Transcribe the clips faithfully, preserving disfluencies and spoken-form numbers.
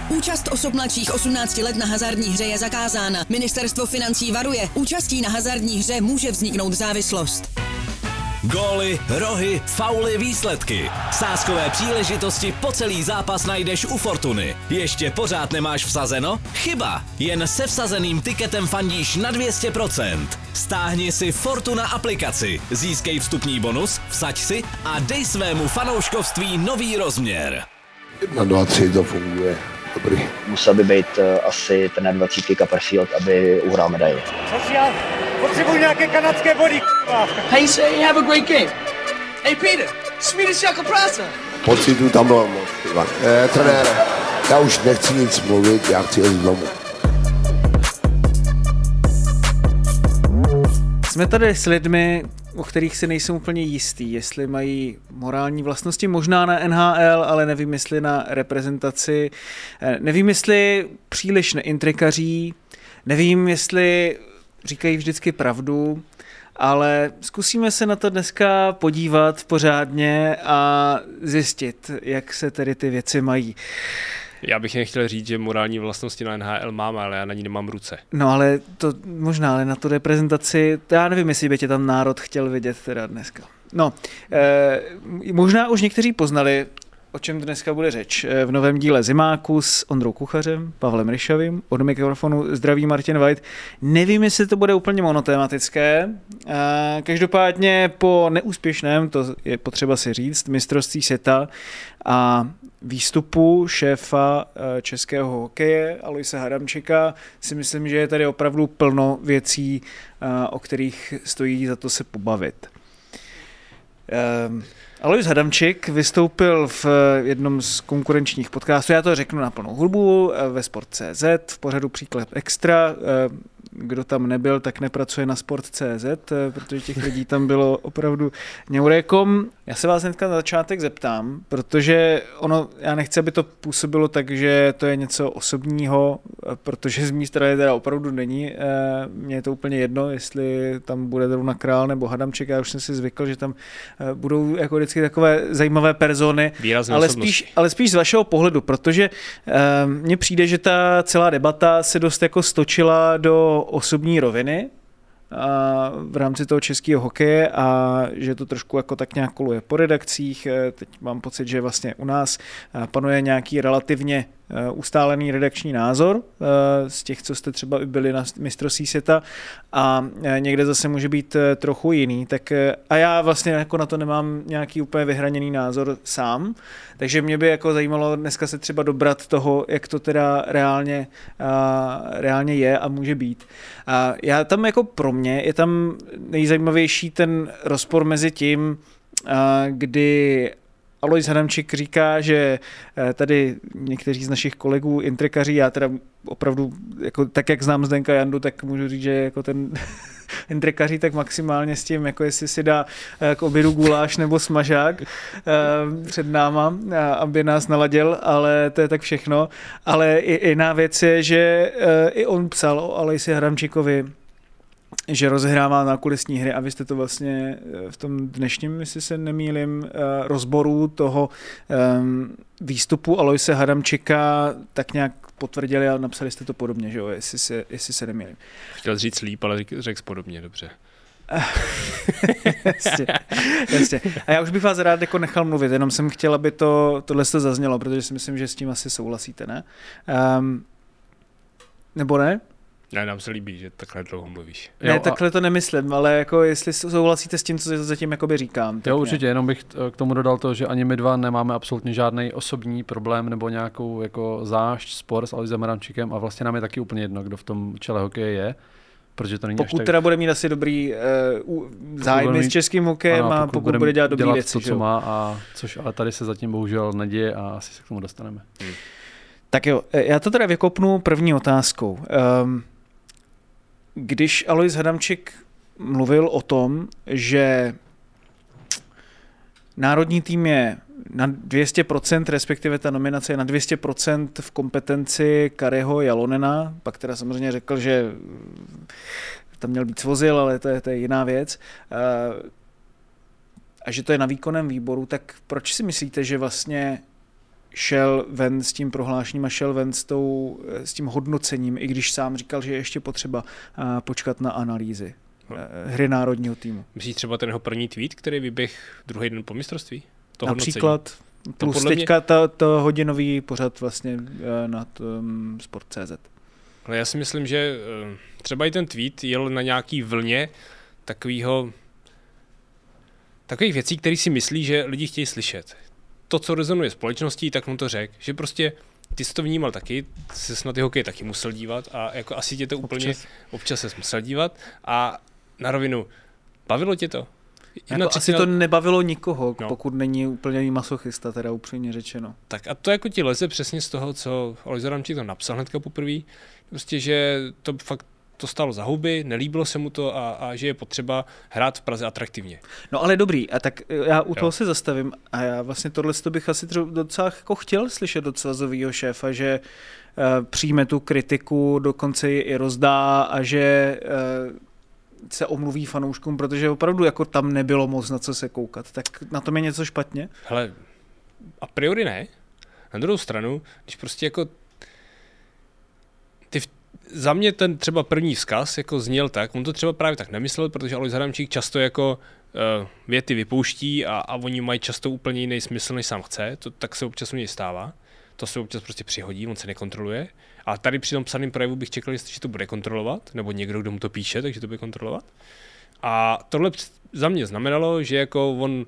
Účast osob mladších osmnácti let na hazardní hře je zakázána. Ministerstvo financí varuje, účastí na hazardní hře může vzniknout závislost. Góly, rohy, fauly, výsledky. Sázkové příležitosti po celý zápas najdeš u Fortuny. Ještě pořád nemáš vsazeno? Chyba! Jen se vsazeným tiketem fandíš na dvě stě procent. Stáhni si Fortuna aplikaci, získej vstupní bonus, vsaď si a dej svému fanouškovství nový rozměr. Na dva, tři to funguje. Dobrý. Musel by být uh, asi ten dvacítky Copperfield, aby uhrál medaili. Potřebuji nějaké kanadské body, k***a. Hey, say, have a great game. Hey, Peter, Swedish jako práce. Pocitu tam bylo moc, Ivan. Eh, trenére, já už nechci nic mluvit, já chci jít domů. Jsme tady s lidmi, o kterých si nejsem úplně jistý, jestli mají morální vlastnosti, možná na N H L, ale nevím, jestli na reprezentaci. Nevím, jestli příliš neintrikaří, nevím, jestli říkají vždycky pravdu, ale zkusíme se na to dneska podívat pořádně a zjistit, jak se tedy ty věci mají. Já bych jen chtěl říct, že morální vlastnosti na N H L mám, ale já na ní nemám ruce. No ale to možná, ale na tu reprezentaci, já nevím, jestli by tě tam národ chtěl vidět teda dneska. No, eh, možná už někteří poznali, o čem dneska bude řeč. V novém díle Zimáku s Ondrou Kuchařem, Pavlem Ryšavým, od mikrofonu zdraví Martin White. Nevím, jestli to bude úplně monotématické. Každopádně po neúspěšném, to je potřeba si říct, mistrovství světa a výstupu šéfa českého hokeje Aloise Hadamčika si myslím, že je tady opravdu plno věcí, o kterých stojí za to se pobavit. Alois Hadamčik vystoupil v jednom z konkurenčních podcastů, já to řeknu na plnou hudbu, ve Sport tečka cé zet, v pořadu Příklep Extra. Kdo tam nebyl, tak nepracuje na Sport tečka cé zet, protože těch lidí tam bylo opravdu neurékom. Já se vás hnedka na začátek zeptám, protože ono, já nechci, aby to působilo tak, že to je něco osobního, protože z mé strany teda opravdu není. Mně je to úplně jedno, jestli tam bude zrovna Král nebo Hadamček, já už jsem si zvykl, že tam budou jako vždycky takové zajímavé persony, ale spíš, ale spíš z vašeho pohledu, protože mně přijde, že ta celá debata se dost jako stočila do osobní roviny a v rámci toho českého hokeje a že to trošku jako tak nějak koluje po redakcích. Teď mám pocit, že vlastně u nás panuje nějaký relativně ustálený redakční názor z těch, co jste třeba byli na mistrovství světa a někde zase může být trochu jiný. Tak a já vlastně jako na to nemám nějaký úplně vyhraněný názor sám, takže mě by jako zajímalo dneska se třeba dobrat toho, jak to teda reálně, reálně je a může být. A já tam jako pro mě je tam nejzajímavější ten rozpor mezi tím, kdy Alois Hadamčik říká, že tady někteří z našich kolegů intrikaří, já teda opravdu, jako, tak jak znám Zdenka Jandu, tak můžu říct, že jako ten intrikaří tak maximálně s tím, jako jestli si dá k obědu guláš nebo smažák před náma, aby nás naladil, ale to je tak všechno. Ale jiná věc je, že i on psal o Aloisi Hadamčikovi, že rozehrává nákulisní hry a vy jste to vlastně v tom dnešním, jestli se nemýlim, rozboru toho výstupu Aloise Hadamčika tak nějak potvrdili a napsali jste to podobně, že jo, jestli se, jestli se nemýlim. Chtěl říct líp, ale řekl podobně, dobře. jasně, jasně. A já už bych vás rád jako nechal mluvit, jenom jsem chtěl, aby to, tohle to zaznělo, protože si myslím, že s tím asi souhlasíte, ne? Um, nebo ne? Ne, nám se líbí, že takhle dlouho mluvíš. Ne, jo, takhle to nemyslím, ale jako jestli souhlasíte s tím, co zatím jakoby říkám. Jo, určitě, jenom bych k tomu dodal to, že ani my dva nemáme absolutně žádný osobní problém nebo nějakou jako zášť, spor s Aloisem Hadamčikem a vlastně nám je taky úplně jedno, kdo v tom čele hokeje je. Protože to není pokud tak... teda bude mít asi dobrý uh, zájmy mít... s českým hokejem a pokud, pokud bude dělat dobrý věci. To, co má, a což ale tady se zatím bohužel neděje a asi se k tomu dostaneme. Hmm. Tak jo, já to teda vykopnu první otázkou. Um, Když Alois Hadamčik mluvil o tom, že národní tým je na dvě stě procent, respektive ta nominace je na dvě stě procent v kompetenci Kariho Jalonena, pak teda samozřejmě řekl, že tam měl být Svozil, ale to je, to je jiná věc, a že to je na výkonném výboru, tak proč si myslíte, že vlastně šel ven s tím prohlášením a šel ven s, tou, s tím hodnocením, i když sám říkal, že je ještě potřeba počkat na analýzy hry národního týmu. Myslíš třeba ten jeho první tweet, který vyběh druhý den po mistrovství? To Například plus to teďka mě... ta, ta hodinový pořad vlastně nad um, sport tečka cé zet. Ale já si myslím, že třeba i ten tweet jel na nějaký vlně takovýho, takových věcí, které si myslí, že lidi chtějí slyšet. To, co rezonuje společností, tak mu to řekl, že prostě ty jsi to vnímal taky, jsi na ty hokej taky musel dívat a jako asi tě to úplně, občas, občas ses musel dívat a na rovinu, bavilo tě to? Jako asi to nebavilo nikoho, no. Pokud není úplně masochista, teda upřímně řečeno. Tak a to jako ti leze přesně z toho, co Alojz Adamčík to napsal hnedka poprvé, prostě, že to fakt to stálo za huby, nelíbilo se mu to a, a že je potřeba hrát v Praze atraktivně. No ale dobrý, a tak já u jo. toho se zastavím a já vlastně tohle bych asi docela jako chtěl slyšet od svazovýho šéfa, že uh, přijme tu kritiku, dokonce ji i rozdá a že uh, se omluví fanouškům, protože opravdu jako tam nebylo moc na co se koukat. Tak na tom je něco špatně? Hele, a priori ne. Na druhou stranu, když prostě jako ty v... za mě ten třeba první vzkaz jako zněl tak, on to třeba právě tak nemyslel, protože Alojz Adamčík často jako uh, věty vypouští a, a oni mají často úplně jiný smysl, než sám chce, to tak se občas u něj stává. To se občas prostě přihodí, on se nekontroluje. A tady při tom psaném projevu bych čekal, že to bude kontrolovat, nebo někdo, kdo mu to píše, takže to bude kontrolovat. A tohle za mě znamenalo, že jako on uh,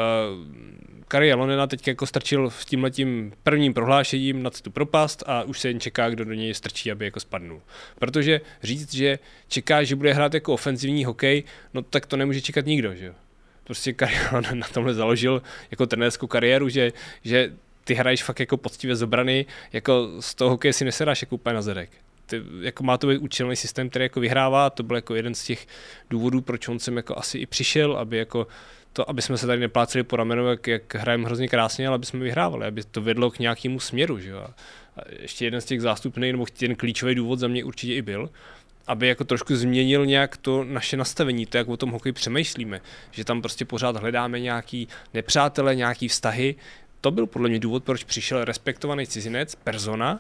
Kari Jalonena teď jako strčil s tímhletím prvním prohlášením nad tu propast a už se jen čeká, kdo do něj strčí, aby jako spadnul. Protože říct, že čeká, že bude hrát jako ofenzivní hokej, no tak to nemůže čekat nikdo, že jo. Prostě Kari Jalonen na tomhle založil jako trenérskou kariéru, že, že ty hraješ fakt jako poctivě z obrany, jako z toho hokeje si nesedáš jako úplně na zadek. Ty, jako má to být účelný systém, který jako vyhrává, to byl jako jeden z těch důvodů, proč on sem jako asi i přišel, aby jako to, aby jsme se tady nepláceli po ramenu, jak, jak hrajeme hrozně krásně, ale aby jsme vyhrávali, aby to vedlo k nějakému směru, že jo. A ještě jeden z těch zástupných, nebo ten klíčový důvod za mě určitě i byl, aby jako trošku změnil nějak to naše nastavení, to, jak o tom hokeji přemýšlíme, že tam prostě pořád hledáme nějaký nepřátele, nějaký vztahy. To byl podle mě důvod, proč přišel respektovaný cizinec, persona,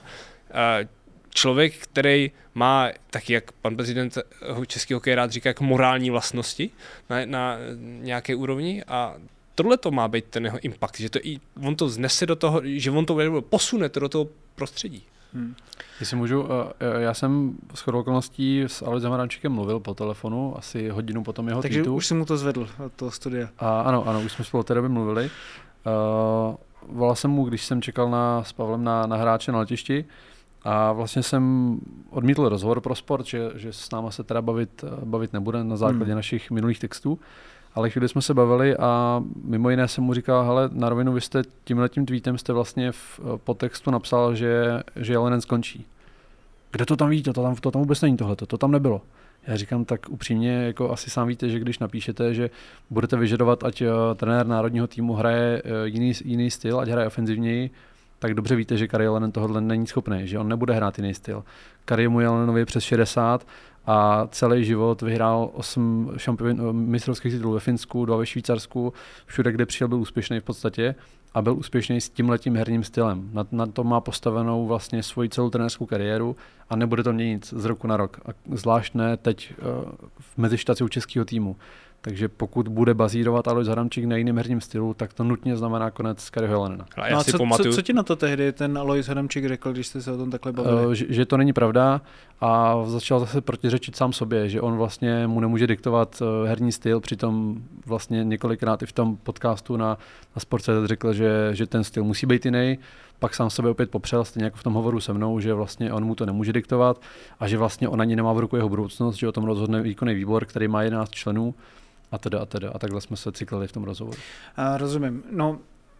člověk, který má, tak jak pan prezident českého hokeje rád říká, jako morální vlastnosti na, na nějaké úrovni a tohle to má být ten jeho impact, že to i, on to znese do toho, že on to posune to do toho prostředí. Hmm. Jestli můžu, já jsem shodou okolností s Alojzem Adamčíkem mluvil po telefonu, asi hodinu potom jeho Takže tweetu. už jsem mu to zvedl od toho studia. A ano, ano, už jsme spolu té doby mluvili. Uh, volal jsem mu, když jsem čekal na, s Pavlem na, na hráče na letišti a vlastně jsem odmítl rozhovor pro sport, že, že s náma se teda bavit, bavit nebude na základě hmm. našich minulých textů, ale chvíli jsme se bavili a mimo jiné jsem mu říkal, hele, na rovinu vy jste tímhletím tweetem jste vlastně v podtextu napsal, že, že Jalonén skončí. Kde to tam víte? To tam, to tam vůbec není tohleto, to tam nebylo. Já říkám, tak upřímně, jako asi sám víte, že když napíšete, že budete vyžadovat, ať uh, trenér národního týmu hraje uh, jiný, jiný styl, ať hraje ofenzivněji, tak dobře víte, že Kari Jalonén tohle není schopný, že on nebude hrát jiný styl. Karimu Jalonénovi je přes šedesát a celý život vyhrál osm šampion, mistrovských titulů ve Finsku, dva ve Švýcarsku, všude, kde přijel, byl úspěšný v podstatě a byl úspěšný s tímhletím herním stylem. Na, na to má postavenou vlastně svoji celou trenérskou kariéru a nebude to měnit z roku na rok. A zvlášť ne teď uh, v mezištaci u českého týmu. Takže pokud bude bazírovat Alojz Adamčík na jiném herním stylu, tak to nutně znamená konec Kariho Jalonena. No a co, pamatuju... co, co ti na to tehdy ten Alojz Adamčík řekl, když jste se o tom takhle bavili? Uh, že, že to není pravda a začal zase protiřečit sám sobě, že on vlastně mu nemůže diktovat uh, herní styl, přitom vlastně několikrát i v tom podcastu na, na Sport tečka cé zet řekl, že, že ten styl musí být jiný. Pak sám sebe opět popřel, stejně jako v tom hovoru se mnou, že vlastně on mu to nemůže diktovat a že vlastně on ani nemá v ruku jeho budoucnost, že o tom rozhodne výkonný výbor, který má jedenáct členů. A teda, a teda. A takhle jsme se cyklili v tom rozhovoru. A rozumím. No,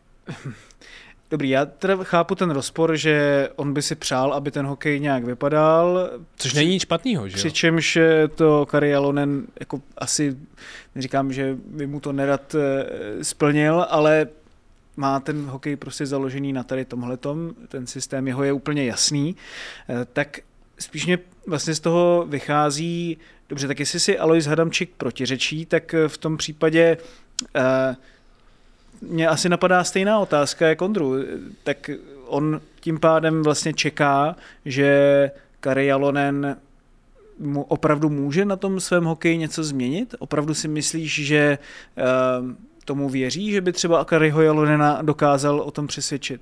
dobrý, já teda chápu ten rozpor, že on by si přál, aby ten hokej nějak vypadal. Což není nic špatného, že jo? Přičemž to Kari Jalonen, jako asi, neříkám, že by mu to nerad splnil, ale má ten hokej prostě založený na tady tomhletom, ten systém jeho je úplně jasný, tak spíš mě vlastně z toho vychází, dobře, tak jestli si Alojz Adamčík protiřečí, tak v tom případě eh, mě asi napadá stejná otázka jako Ondru. Tak on tím pádem vlastně čeká, že Kari Jalonen mu opravdu může na tom svém hokeji něco změnit? Opravdu si myslíš, že uh, tomu věří, že by třeba Kariho Jalonena dokázal o tom přesvědčit?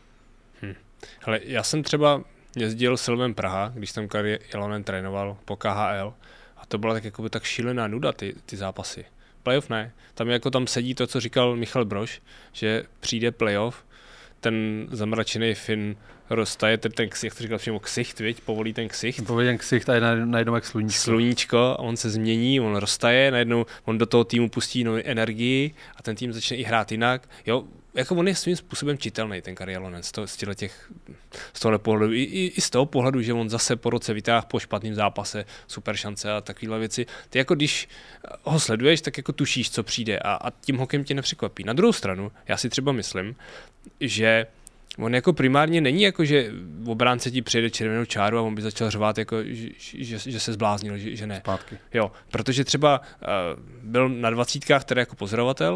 Hm. Hele, já jsem třeba jezdil s Lvem Praha, když tam Kari Jalonen trénoval po K H L a to byla tak, jakoby, tak šílená nuda ty, ty zápasy. Playoff ne. Tam jako tam sedí to, co říkal Michal Brož, že přijde playoff, ten zamračený Fin roztaje, ten, ten jak to říkal přímo ksicht, viď? Povolí ten ksicht. Povolí ten ksicht a najednou jak sluníčko. Sluníčko a on se změní, on roztaje, najednou on do toho týmu pustí novou energii a ten tým začne i hrát jinak. Jo, jako on je svým způsobem čitelný, ten Kari Jalonen, z, toho, z, těch, z tohohle pohledu. I, i, I z toho pohledu, že on zase po roce vytáhl po špatném zápase super šance a takovéhle věci. Ty jako když ho sleduješ, tak jako tušíš, co přijde a, a tím hokejem tě nepřekvapí. Na druhou stranu, já si třeba myslím, že on jako primárně není jako, že v obránce ti přijede červenou čáru a on by začal řvát, jako, že, že, že se zbláznil, že, že ne. Zpátky. Jo, protože třeba uh, byl na dvacítkách tedy jako pozorovatel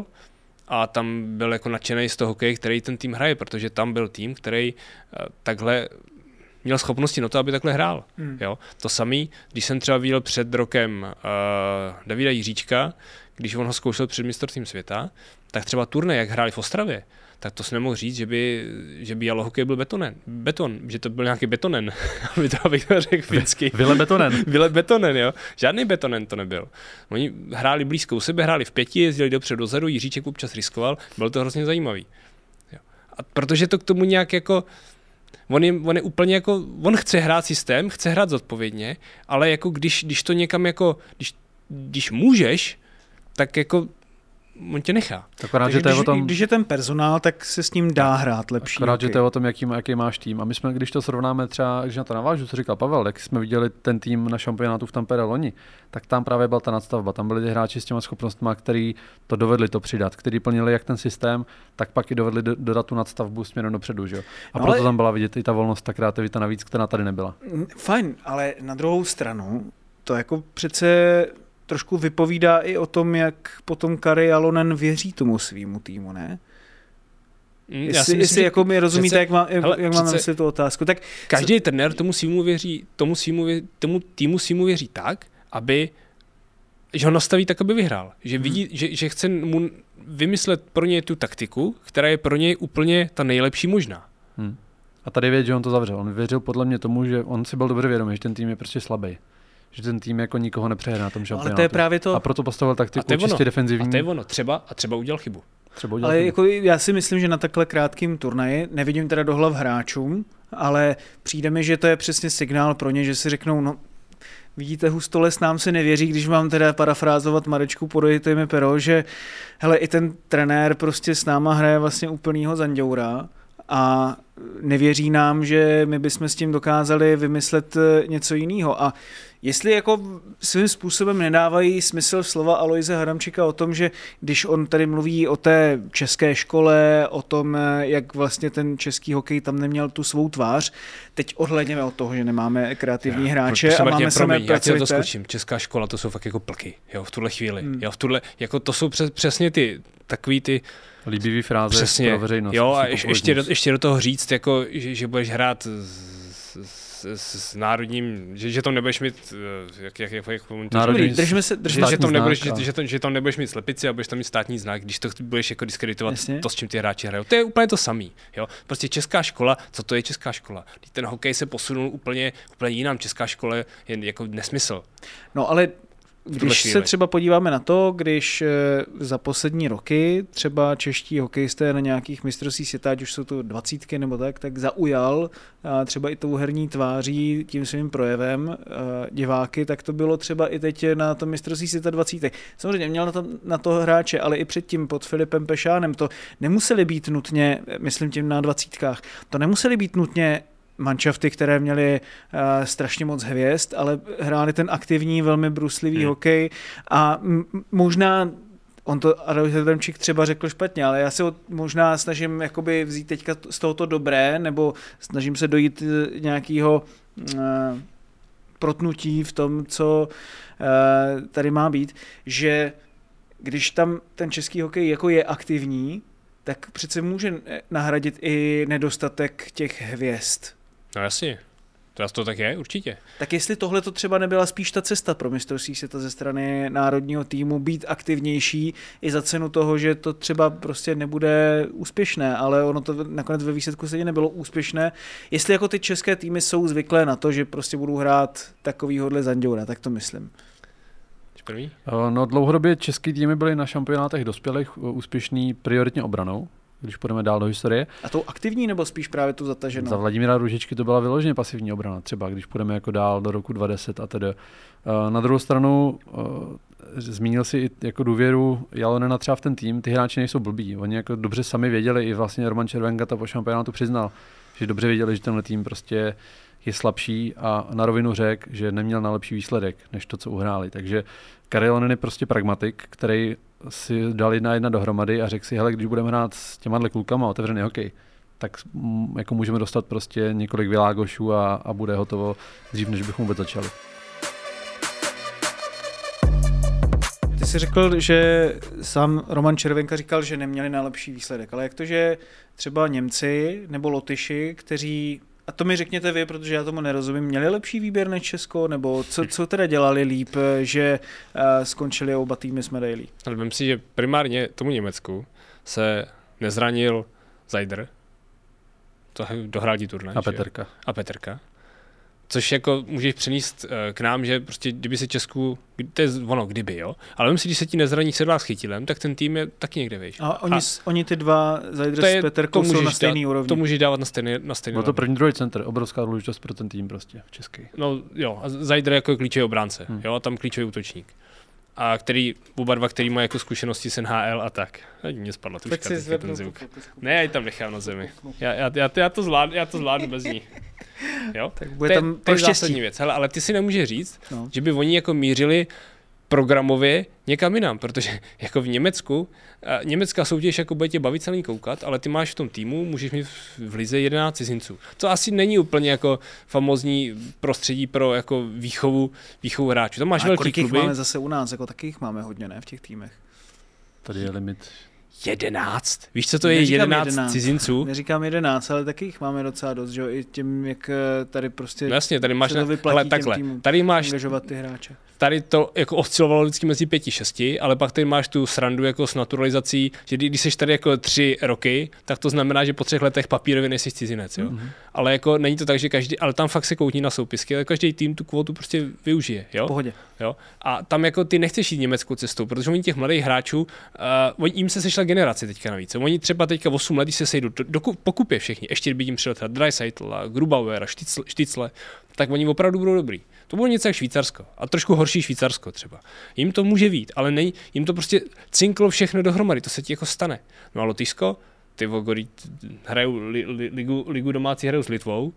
a tam byl jako nadšený z toho hokeje, který ten tým hraje, protože tam byl tým, který uh, takhle měl schopnosti na to, aby takhle hrál. Hmm. Jo. To samý, když jsem třeba viděl před rokem uh, Davida Jiříčka, když on ho zkoušel před mistrovstvím světa, tak třeba turné, jak hráli v Ostravě, tak to se nemohl říct, že by, že by jalo hokej byl betonen. Beton, že to byl nějaký betonen. aby to, abych to řekl finsky. Vile betonen. Vile betonen, jo. Žádný betonen to nebyl. Oni hráli blízko u sebe, hráli v pěti, jezdili dopředu dozadu, Jiříček občas riskoval, bylo to hrozně zajímavý. Jo. A protože to k tomu nějak jako, on je, on je úplně jako, on chce hrát systém, chce hrát zodpovědně, ale jako když, když to někam jako, když, když můžeš, tak jako on tě nechá. Akorát, že když, tom, když je ten personál, tak se s ním dá hrát lepší. Akorát, že to je o tom, jaký, jaký máš tým. A my jsme, když to srovnáme třeba, když na to navážu, co říkal Pavel, jak jsme viděli ten tým na šampionátu v Tampere loni, tak tam právě byla ta nadstavba. Tam byli ty hráči s těma schopnostmi, který to dovedli to přidat, který plnili jak ten systém, tak pak i dovedli do, dodat tu nadstavbu směrem dopředu. Že? A no proto ale tam byla vidět i ta volnost, ta kreativita navíc, která tady nebyla. Fajn, ale na druhou stranu to jako přece trošku vypovídá i o tom, jak potom Kari Jalonen věří tomu svýmu týmu, ne? Já jestli myslím, jestli jako mi rozumíte, přece, jak, má, jak, hele, jak mám mysli tu otázku. Tak každý co trenér tomu svýmu věří, tomu, svýmu věří, tomu týmu svýmu věří tak, aby, že ho nastaví tak, aby vyhrál. Že, vidí, hmm. že, že chce mu vymyslet pro něj tu taktiku, která je pro něj úplně ta nejlepší možná. Hmm. A tady věděl, že on to zavřel. On věřil podle mě tomu, že on si byl dobře vědomý, že ten tým je prostě slabý. Že ten tým jako nikoho nepřeje na tom šampionátu. Ale to je právě to. A proto postavil taktiku čistě defenzivní. A to je ono. Třeba, a třeba udělal chybu. Třeba udělal ale chybu. Jako já si myslím, že na takhle krátkém turnaji, nevidím teda do hlav hráčům, ale přijde mi, že to je přesně signál pro ně, že si řeknou, no vidíte, hustoles nám se nevěří, když mám teda parafrázovat Marečku, podejte mi pero, že hele, i ten trenér prostě s náma hraje vlastně úplnýho zanděura a nevěří nám, že my bychom s tím dokázali vymyslet něco jiného. A jestli jako svým způsobem nedávají smysl slova Alojze Hadamčíka o tom, že když on tady mluví o té české škole, o tom, jak vlastně ten český hokej tam neměl tu svou tvář, teď odhlédněme od toho, že nemáme kreativní hráče Prosím, a máme samé pracovité. Já to skočím. Česká škola, to jsou fakt jako plky, jo, v tuhle chvíli. Hmm. Jo, v tuhle, jako to jsou přes, přesně ty takový ty líbivý fráze přesně, pro veřejnost. Jo, a ještě, ještě, do, ještě do toho říct, jako, že, že budeš hrát s, s, s národním, že, že tam nebudeš mít, jak, jak, jak, jak národní, držme se, držme že, že, tam nebudeš, že, že, tam, že tam nebudeš mít slepici a budeš tam mít státní znak, když to budeš jako diskreditovat Jasně. to, s čím ty hráči hrajou. To je úplně to samý. Jo? Prostě česká škola, co to je česká škola? Ten hokej se posunul úplně, úplně jinam, česká škola je jako nesmysl. No ale když se třeba podíváme na to, když za poslední roky třeba čeští hokejisté na nějakých mistrovství světa, ať už jsou to dvacítky nebo tak, tak zaujal třeba i tou herní tváří, tím svým projevem diváky, tak to bylo třeba i teď na tom mistrovství světa dvacítek. Samozřejmě měl na to, na to hráče, ale i předtím pod Filipem Pešánem to nemuseli být nutně, myslím tím na dvacítkách, to nemuseli být nutně manšafty, které měly uh, strašně moc hvězd, ale hráli ten aktivní, velmi bruslivý hmm. hokej a m- možná, on to Adolf Hadamčík třeba řekl špatně, ale já se ho možná snažím jakoby vzít teďka z tohoto dobré, nebo snažím se dojít nějakého uh, protnutí v tom, co uh, tady má být, že když tam ten český hokej jako je aktivní, tak přece může nahradit i nedostatek těch hvězd. No jasně. To, to tak je, určitě. Tak jestli tohle to třeba nebyla spíš ta cesta pro mistrovství světa ze strany národního týmu, být aktivnější i za cenu toho, že to třeba prostě nebude úspěšné, ale ono to nakonec ve výsledku stejně nebylo úspěšné. Jestli jako ty české týmy jsou zvyklé na to, že prostě budou hrát takovýhodle Zanděura, tak to myslím. První? No dlouhodobě český týmy byly na šampionátech dospělých úspěšný prioritně obranou, když půjdeme dál do historie. A tou aktivní nebo spíš právě tu zataženou? Za Vladimíra Růžičky to byla vyloženě pasivní obrana, třeba když půjdeme jako dál do roku dva tisíce deset a tedy. Na druhou stranu zmínil si i jako důvěru Jalonena třeba v ten tým, ty hráči nejsou blbí, oni jako dobře sami věděli, i vlastně Roman Červenka to po šampionátu přiznal, že dobře věděli, že tenhle tým prostě je slabší a na rovinu řekl, že neměl na lepší výsledek, než to, co uhráli. Takže Kari Jalonen je prostě pragmatik, který si dal jedna jedna dohromady a řekl si, hele, když budeme hrát s těma klukama otevřený hokej, tak jako můžeme dostat prostě několik világošů a, a bude hotovo dřív, než bychom vůbec začali. Ty jsi řekl, že sám Roman Červenka říkal, že neměli nejlepší výsledek, ale jak to, že třeba Němci nebo Lotyši, kteří, a to mi řekněte vy, protože já tomu nerozumím, měli lepší výběr než Česko, nebo co, co teda dělali líp, že uh, skončili oba týmy s medailí? Ale vím si, že primárně tomu Německu se nezranil Zajdr, to dohrál tí turnaj. A Peterka. A Peterka. Což jako můžeš přenést uh, k nám, že prostě kdyby se Česku, to je ono, kdyby, jo, ale myslím si, když se ti nezraní Sedlák s Chytilem, tak ten tým je taky někde výš. A oni, a oni ty dva, Zajdr s Peterkou, jsou na stejný dát, úrovni. To můžeš dávat na stejný, na stejný Bylo to první, druhý center, obrovská důležitost pro ten tým prostě v český. No jo, a Zajdr jako klíčový obránce, hmm. jo, a tam klíčový útočník. A který, oba dva, který mají jako zkušenosti s N H L a tak. A mě spadla tuška, teď ten zvuk. Ne, já ji tam nechám na zemi. Já, já, já, já, to, zvládnu, já to zvládnu bez ní. Jo? Tak bude to je, tam to je zásadní věc. Hele, ale ty si nemůžeš říct, no. že by oni jako mířili programově někam jinam, protože jako v Německu, německá soutěž jako bude tě bavit celý koukat, ale ty máš v tom týmu, můžeš mít v lize jedenáct cizinců. To asi není úplně jako famózní prostředí pro jako výchovu, výchovu hráčů. Tam máš a velký kluby. máme zase u nás, jako taky jich máme hodně, ne, v těch týmech. Tady je limit. Jedenáct? Víš, co to je jedenáct, jedenáct cizinců? Neříkám jedenáct, ale taky jich máme docela dost, že jo, i tím, jak tady prostě no jasně, tady máš, se to vyplatí ale takhle, týmům, tady máš, angažovat ty hráče. Tady to jako oscilovalo vždycky mezi pěti, šesti, ale pak tady máš tu srandu jako s naturalizací, že když jsi tady jako tři roky, tak to znamená, že po třech letech papírově nejsi cizinec, jo. Mm-hmm. Ale jako není to tak, že každý, ale tam fakt se koutní na soupisky, ale každý tým tu kvotu prostě využije, jo. V pohodě. Jo? A tam jako ty nechceš jít německou cestou, protože oni těch mladých hráčů, uh, jim se sešla generace teďka navíc. Oni třeba teďka osm let, když se sejdou, do, do, pokupě všichni, ještě by jim přiletěl Draisaitl a Grubauer a Štycle, tak oni opravdu budou dobrý. To bylo něco jak Švýcarsko a trošku horší Švýcarsko třeba. Jim to může být, ale nej, jim to prostě cinklo všechno dohromady, to se ti jako stane. No a Lotyšsko, ty vogory hrajou li, li, ligu, ligu domácí, hrajou s Litvou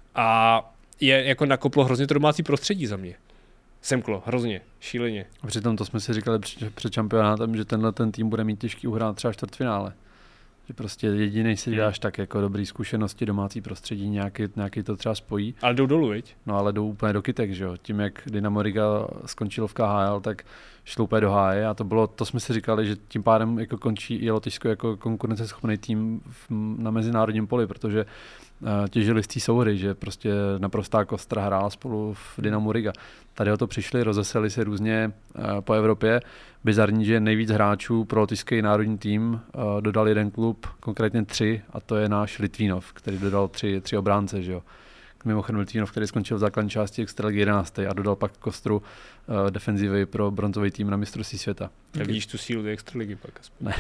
a je jako nakoplo hrozně to domácí prostředí za mě. Semklo, hrozně, šíleně. A přitom to jsme si říkali před, před šampionátem, že tenhle ten tým bude mít těžký uhrát třeba čtvrtfinále. Že prostě jedinej si dáš tak jako dobrý zkušenosti, domácí prostředí, nějaký, nějaký to třeba spojí. Ale jdou dolů, viď? No ale jdou úplně do kytek, že jo. Tím, jak Dynamo Riga skončilo v K H L, tak šlo úplně do háje a to bylo, to jsme si říkali, že tím pádem jako končí i Lotyšsko jako konkurenceschopný tým v, na mezinárodním poli, protože uh, těžili z té souhry, že prostě naprostá kostra hrála spolu v Dynamo Riga. Tady o to přišli, rozeseli se různě uh, po Evropě. Bizarní, že nejvíc hráčů pro lotyšský národní tým uh, dodal jeden klub, konkrétně tři, a to je náš Litvínov, který dodal tři, tři obránce, že jo. Mimochodem Litvínov, který skončil v základní části extraligy jedenáctý a dodal pak kostru uh, defenzivy pro bronzový tým na mistrovství světa. Tak vidíš tu sílu té extraligy pak aspoň. Ne,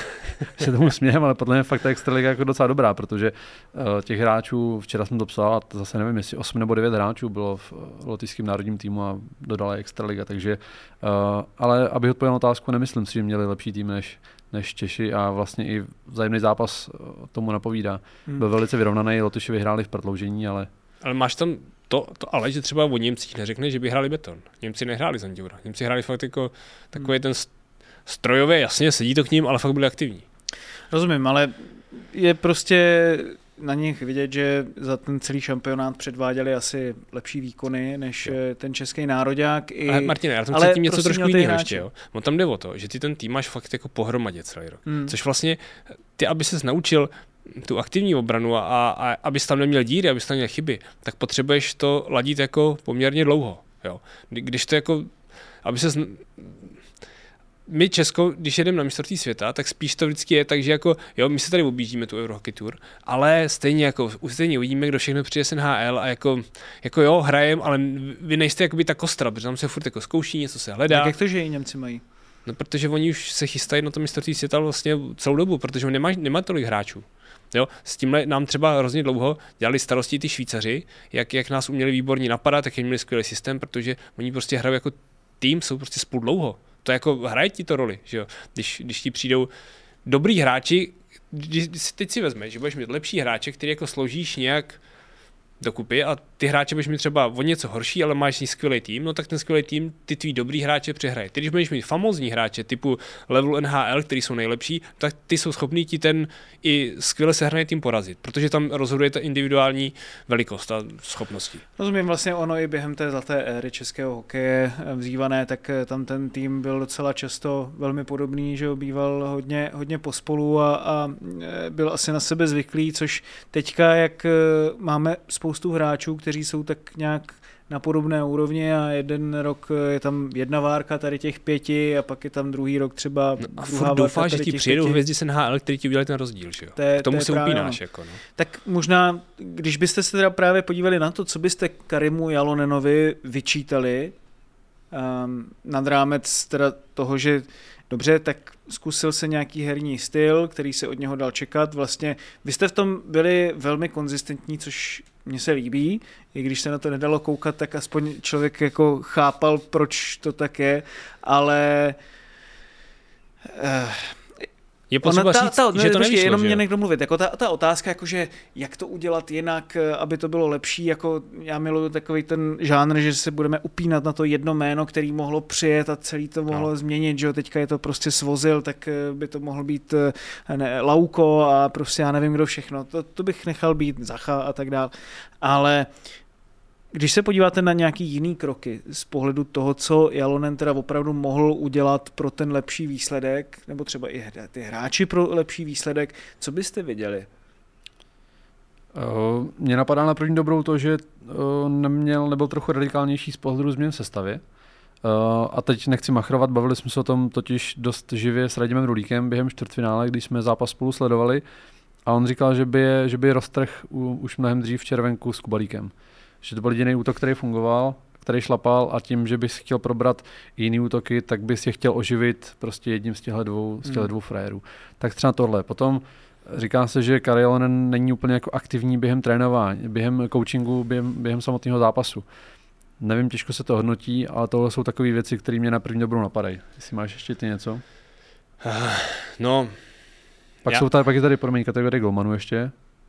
se tomu smějem, ale podle mě fakt ta extraliga jako docela dobrá, protože uh, těch hráčů, včera jsem to psal, a to zase nevím, jestli osm nebo devět hráčů bylo v uh, lotyšském národním týmu a dodala extraliga, takže, uh, ale abych odpověděl na otázku, nemyslím si, že měli lepší tým než než Češi a vlastně i vzájemný zápas tomu napovídá. Hmm. Byl velice vyrovnaný, Lotyši vyhráli v prodloužení, ale... Ale máš tam to, to ale, že třeba o Němcích neřekne, že by hráli beton. Němci nehráli Zanděura. Němci hráli fakt jako takový hmm. ten strojově, jasně, sedí to k ním, ale fakt byli aktivní. Rozumím, ale je prostě na nich vidět, že za ten celý šampionát předváděli asi lepší výkony než jo. ten český nároďák. I... Ale Martine, já tam ale cítím něco prostě trošku jiného ještě. Jo. No tam jde o to, že ty ten tým máš fakt jako pohromadě celý rok. Hmm. Což vlastně ty, aby ses naučil tu aktivní obranu a, a abys tam neměl díry, abys tam neměl chyby, tak potřebuješ to ladit jako poměrně dlouho. Jo. Když to jako, aby ses... My Česko, když jedeme na mistrovství světa, tak spíš to vždycky je tak, že jako, jo, my se tady objíždíme tu Eurohockey Tour, ale stejně jako, stejně uvidíme, kdo všechno přijde z N H L a jako, jako jo, hrajem, ale vy nejste jakoby ta kostra, protože tam se furt jako zkouší, něco se hledá. Tak jak to, že i Němci mají? No, protože oni už se chystají na to mistrovství světa vlastně celou dobu, protože nemá, nemá tolik hráčů. Jo, s tímhle nám třeba hrozně dlouho dělali starosti ty Švýcaři, jak, jak nás uměli výborně napadat, tak jim měli skvělý systém, protože oni prostě hrají jako tým, jsou prostě spolu dlouho. To jako hraje ti to roli, že jo? Když, když ti přijdou dobrý hráči, když, teď si vezmeš, že budeš mít lepší hráče, který jako složíš nějak dokupy a ty hráče budeš mít třeba o něco horší, ale máš skvělý tým, no tak ten skvělý tým ty tvý dobrý hráče přehraje. Ty když budeš mít famózní hráče typu level N H L, který jsou nejlepší, tak ty jsou schopní ti ten i skvěle sehraný tým porazit, protože tam rozhoduje ta individuální velikost a schopnosti. Rozumím, vlastně ono i během té zlaté éry českého hokeje vzývané, tak tam ten tým byl docela často velmi podobný, že býval hodně, hodně pospolu a, a byl asi na sebe zvyklý, což teďka, jak máme spoustu hráčů, kteří jsou tak nějak na podobné úrovni a jeden rok je tam jedna várka tady těch pěti a pak je tam druhý rok třeba no a furt doufáš, že ti přijedou hvězdy z N H L, který ti udělají ten rozdíl, že jo? Té, K tomu se právě, upínáš. No. Jako, no. Tak možná, když byste se teda právě podívali na to, co byste Karimu Jalonenovi vyčítali um, nad rámec teda toho, že dobře, tak zkusil se nějaký herní styl, který se od něho dal čekat. Vlastně vy jste v tom byli velmi konzistentní, což mně se líbí. I když se na to nedalo koukat, tak aspoň člověk jako chápal, proč to tak je, ale... Uh, je potřeba ta, říct, ta, že to nevyšlo, jenom mě někdo mluvit. Jako ta, ta otázka, jakože jak to udělat jinak, aby to bylo lepší, jako já miluju takový ten žánr, že se budeme upínat na to jedno jméno, který mohlo přijet a celý to mohlo no. změnit, že jo, teďka je to prostě Svozil, tak by to mohl být ne, Lauko a prostě já nevím, kdo všechno. To, to bych nechal být, Zacha a tak dál. Ale když se podíváte na nějaký jiný kroky z pohledu toho, co Jalonen teda opravdu mohl udělat pro ten lepší výsledek, nebo třeba i ty hráči pro lepší výsledek, co byste viděli? Uh, mně napadá na první dobrou to, že uh, neměl, nebyl trochu radikálnější z pohledu změn v sestavě. Uh, a teď nechci machrovat, bavili jsme se o tom totiž dost živě s Radimem Rulíkem během čtvrtfinále, když jsme zápas spolu sledovali a on říkal, že by je, že by je roztrh u, už mnohem dřív v červenku s Kubalíkem. Že to byl jediný útok, který fungoval, který šlapal a tím, že bys chtěl probrat jiný útoky, tak bys je chtěl oživit prostě jedním z těchto dvou, z těchto dvou frérů. Tak třeba tohle. Potom říká se, že Kari Jalonen není úplně jako aktivní během trénování, během coachingu, během, během samotného zápasu. Nevím, těžko se to hodnotí, ale tohle jsou takové věci, které mě na první dobrou napadají. Jestli máš ještě ty něco? Uh, no. Pak, jsou tady, pak je tady pro mě kategorie golmanů ještě.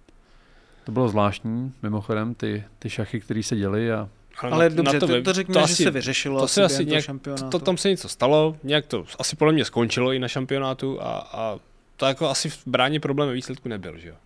To bylo zvláštní, mimochodem, ty, ty šachy, které se děly. A... Ale, ale dobře, to, to, to řekněme, to že asi, se vyřešilo. To se asi nějak, to, to, tam se něco stalo, nějak to asi podle mě skončilo i na šampionátu a, a to jako asi v bráně problém výsledku nebyl, že jo.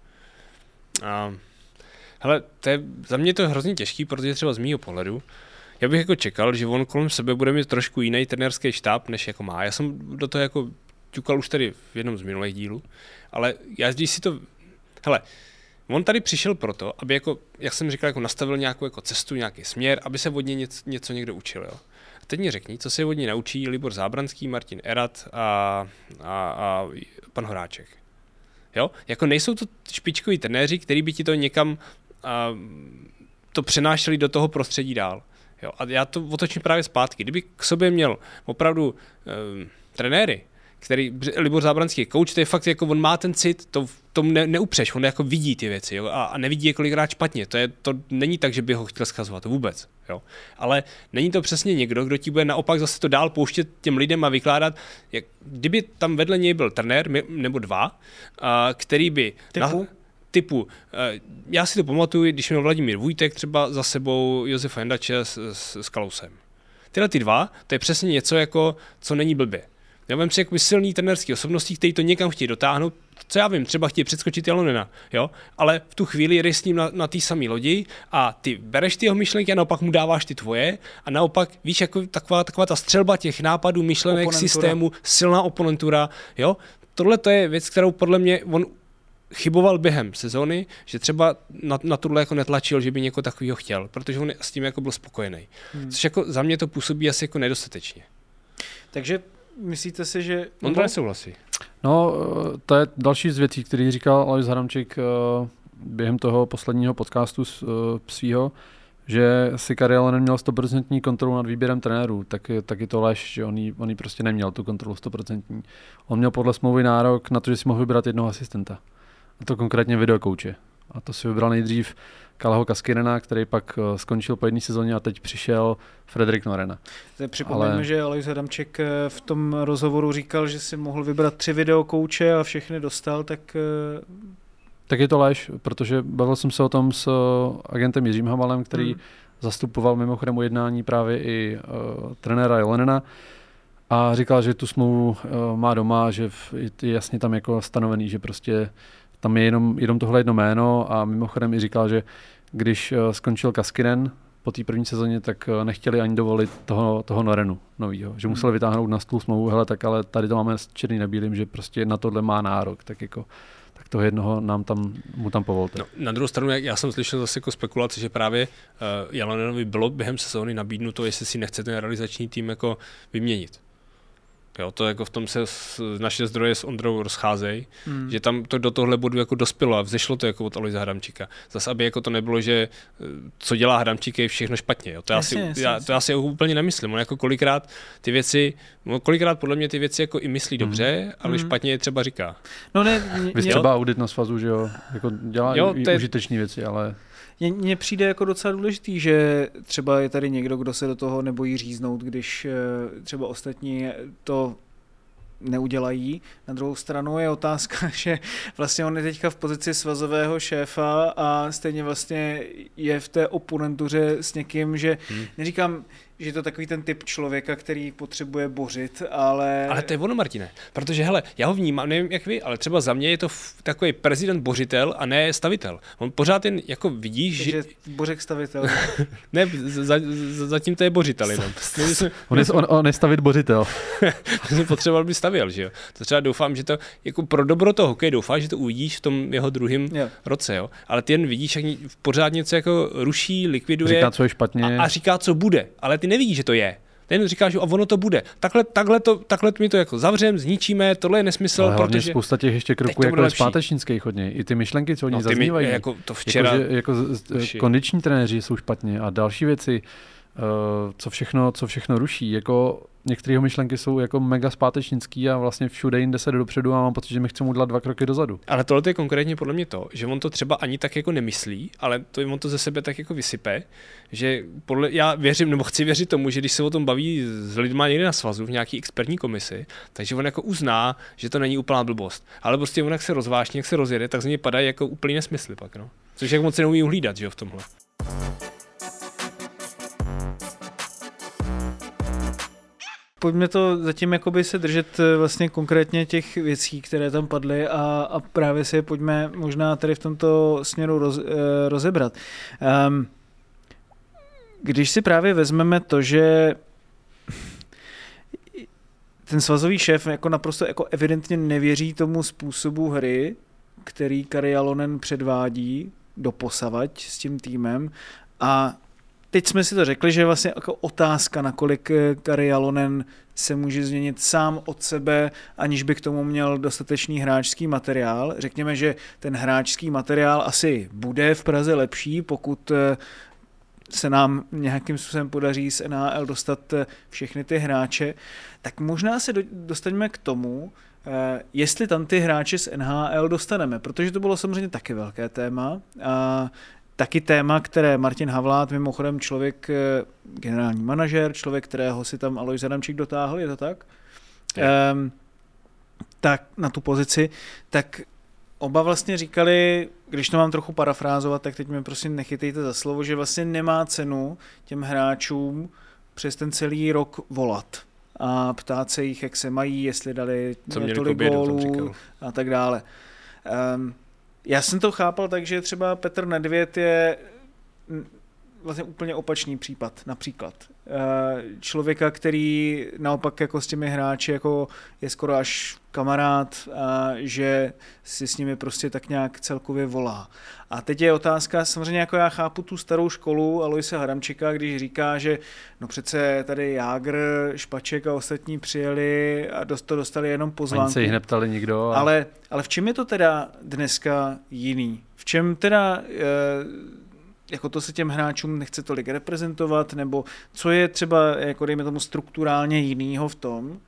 A, hele, to je, za mě to je hrozně těžký, protože třeba z mýho pohledu, já bych jako čekal, že on kolem sebe bude mít trošku jiný trenérský štáb, než jako má. Já jsem do toho jako ťukal už tady v jednom z minulých dílů, ale já když si to, hele, on tady přišel proto, aby jako, jak jsem říkal, jako nastavil nějakou jako cestu, nějaký směr, aby se od něj něco, něco někdo učil. Jo. A teď mi řekni, co se od něj naučí Libor Zábranský, Martin Erat a, a, a pan Horáček. Jo? Jako nejsou to špičkoví trenéři, který by ti to někam a, to přenášeli do toho prostředí dál. Jo? A já to otočím právě zpátky. Kdyby k sobě měl opravdu um, trenéry, který Libor Zábranský je coach, to je fakt jako on má ten cit, to tom ne, neupřeš, on jako vidí ty věci, jo, a, a nevidí je kolikrát špatně, to, je, to není tak, že by ho chtěl zkazovat, vůbec, jo, ale není to přesně někdo, kdo ti bude naopak zase to dál pouštět těm lidem a vykládat, jak, kdyby tam vedle něj byl trenér, nebo dva, a, který by... Typu? Na, typu, já si to pamatuju, když měl Vladimír Vujtek třeba za sebou Josefa Jendače s, s, s Kalousem. Tyhle ty dva, to je přesně něco, jako, co není blbě. Já vím si jakoby silný trenérský osobností, který to někam chtějí dotáhnout, co já vím, třeba chtějí předskočit Jalonena, jo, ale v tu chvíli jdeš s ním na, na té samé lodi a ty bereš ty jeho myšlenky a naopak mu dáváš ty tvoje a naopak, víš, jako taková, taková ta střelba těch nápadů, myšlenek, oponentura. Systému, silná oponentura, jo, tohle to je věc, kterou podle mě on chyboval během sezóny, že třeba na, na tohle jako netlačil, že by někoho takového chtěl, protože on s tím jako byl spokojený. Hmm. Což jako za mě to působí asi jako nedostatečně. Takže myslíte si, že... On to nesouhlasí. No, to je další z věcí, který říkal Alois Hadamčík během toho posledního podcastu svýho, že si Kari Jalonen měl sto procent kontrolu nad výběrem trenérů, tak, tak je to lež, že on jí, on jí prostě neměl tu kontrolu sto procent. On měl podle smlouvy nárok na to, že si mohl vybrat jednoho asistenta. A to konkrétně videokouče. A to si vybral nejdřív Kaleho Kaskinena, který pak skončil po jedné sezóně a teď přišel Fredrik Norena. Připomeňme, Ale... že Alois Hadamčík v tom rozhovoru říkal, že si mohl vybrat tři videokouče a všechny dostal, tak... Tak je to lež, protože bavil jsem se o tom s agentem Jiřím Hamalem, který hmm. zastupoval mimochodem u jednání právě i uh, trenéra Jalonena a říkal, že tu smlouvu uh, má doma, že je jasně tam jako stanovený, že prostě tam je jenom, jenom tohle jedno jméno a mimochodem i říkal, že když uh, skončil Kaskinen po té první sezóně, tak uh, nechtěli ani dovolit toho, toho Norenu novýho, že museli vytáhnout na stůl smlouvu, hele, tak ale tady to máme s černým na bílým, že prostě na tohle má nárok, tak jako tak toho jednoho nám tam, mu tam povolte. No, na druhou stranu, já jsem slyšel zase jako spekulaci, že právě uh, Jalonenovi bylo během sezóny nabídnuto, jestli si nechce ten realizační tým jako vyměnit. Jo, to jako v tom se s, naše zdroje s Ondrou rozcházejí, hmm. že tam to do tohle bodu jako dospělo a vzešlo to jako od Aloise Hadamčíka. Zase, aby jako to nebylo, že co dělá Hadamčík je všechno špatně. Jo. To, já si, jasně, já, jasně. to já si úplně nemyslím. On jako kolikrát ty věci, no kolikrát podle mě ty věci jako i myslí hmm. dobře, ale hmm. špatně je třeba říká. No ne, mě, Vy třeba audit na svazu, že jo, jako dělá jo, i, i užitečné věci, ale... Mně přijde jako docela důležitý, že třeba je tady někdo, kdo se do toho nebojí říznout, když třeba ostatní to neudělají. Na druhou stranu je otázka, že vlastně on je teďka v pozici svazového šéfa a stejně vlastně je v té oponentuře s někým, že hmm. neříkám, že je to takový ten typ člověka, který potřebuje bořit, ale... Ale to je ono, Martine, protože hele, já ho vnímám, nevím jak vy, ale třeba za mě je to takový prezident bořitel a ne stavitel. On pořád jen jako vidíš, že... bořek stavitel. ne, za, za, zatím to je bořitel jenom. on, je, on, on je stavit bořitel. Potřeboval by stavěl, že jo. To třeba doufám, že to jako pro dobro toho hokeje doufám, že to uvidíš v tom jeho druhém roce, jo. Ale ty jen vidíš, jak pořád něco jako ruší, likviduje. Říká, co je špatně. A, a říká, co bude, ale ty nevidíš, že to je. Ten říká, že a ono to bude. Takhle, takhle, to, takhle mi to jako zavřem, zničíme, tohle je nesmysl, ale protože... Ale spousta těch ještě kroků jako je zpátečnických hodně. I ty myšlenky, co oni no, zaznívají. Jako to včera... Jako, jako kondiční trenéři jsou špatně a další věci, uh, co, všechno, co všechno ruší. Jako některé myšlenky jsou jako mega zpátečnický a vlastně všude jinde se jde dopředu a mám pocit, že mi chceme udělat dva kroky dozadu. Ale tohle je konkrétně podle mě to, že on to třeba ani tak jako nemyslí, ale to on to ze sebe tak jako vysype, že podle, já věřím, nebo chci věřit tomu, že když se o tom baví s lidma někde na svazu v nějaký expertní komisi, takže on jako uzná, že to není úplná blbost. Ale prostě on jak se rozvážní, jak se rozjede, tak z něj padají jako úplný nesmysly pak, no. Což jak moc se neumí uhlídat, že jo, v tomhle. Pojďme to zatím jakoby se držet vlastně konkrétně těch věcí, které tam padly a, a právě si je pojďme možná tady v tomto směru roz, rozebrat. Um, když si právě vezmeme to, že ten svazový šéf jako naprosto jako evidentně nevěří tomu způsobu hry, který Kari Jalonen předvádí doposavať s tím týmem a teď jsme si to řekli, že je vlastně jako otázka, nakolik Kari Jalonen se může změnit sám od sebe, aniž by k tomu měl dostatečný hráčský materiál. Řekněme, že ten hráčský materiál asi bude v Praze lepší, pokud se nám nějakým způsobem podaří z N H L dostat všechny ty hráče, tak možná se dostaneme k tomu, jestli tam ty hráče z N H L dostaneme, protože to bylo samozřejmě taky velké téma a taky téma, které Martin Havlát, mimochodem člověk, generální manažer, člověk, kterého si tam Alois Hadamčík dotáhl, je to tak? Um, tak na tu pozici, tak oba vlastně říkali, když to mám trochu parafrázovat, tak teď mě prosím nechytejte za slovo, že vlastně nemá cenu těm hráčům přes ten celý rok volat a ptát se jich, jak se mají, jestli dali tolik gólů a tak dále. Um, já jsem to chápal tak, že třeba Petr Nedvěd je vlastně úplně opačný případ, například. Člověka, který naopak jako s těmi hráči jako je skoro až kamarád, a že si s nimi prostě tak nějak celkově volá. A teď je otázka, samozřejmě jako já chápu tu starou školu Aloise Hadamčíka, když říká, že no přece tady Jágr, Špaček a ostatní přijeli a dost to dostali jenom pozvánku. Ani se jich neptali nikdo. A... Ale, ale v čem je to teda dneska jiný? V čem teda... E, jako to se těm hráčům nechce tolik reprezentovat, nebo co je třeba, jako dejme tomu, strukturálně jinýho v tom,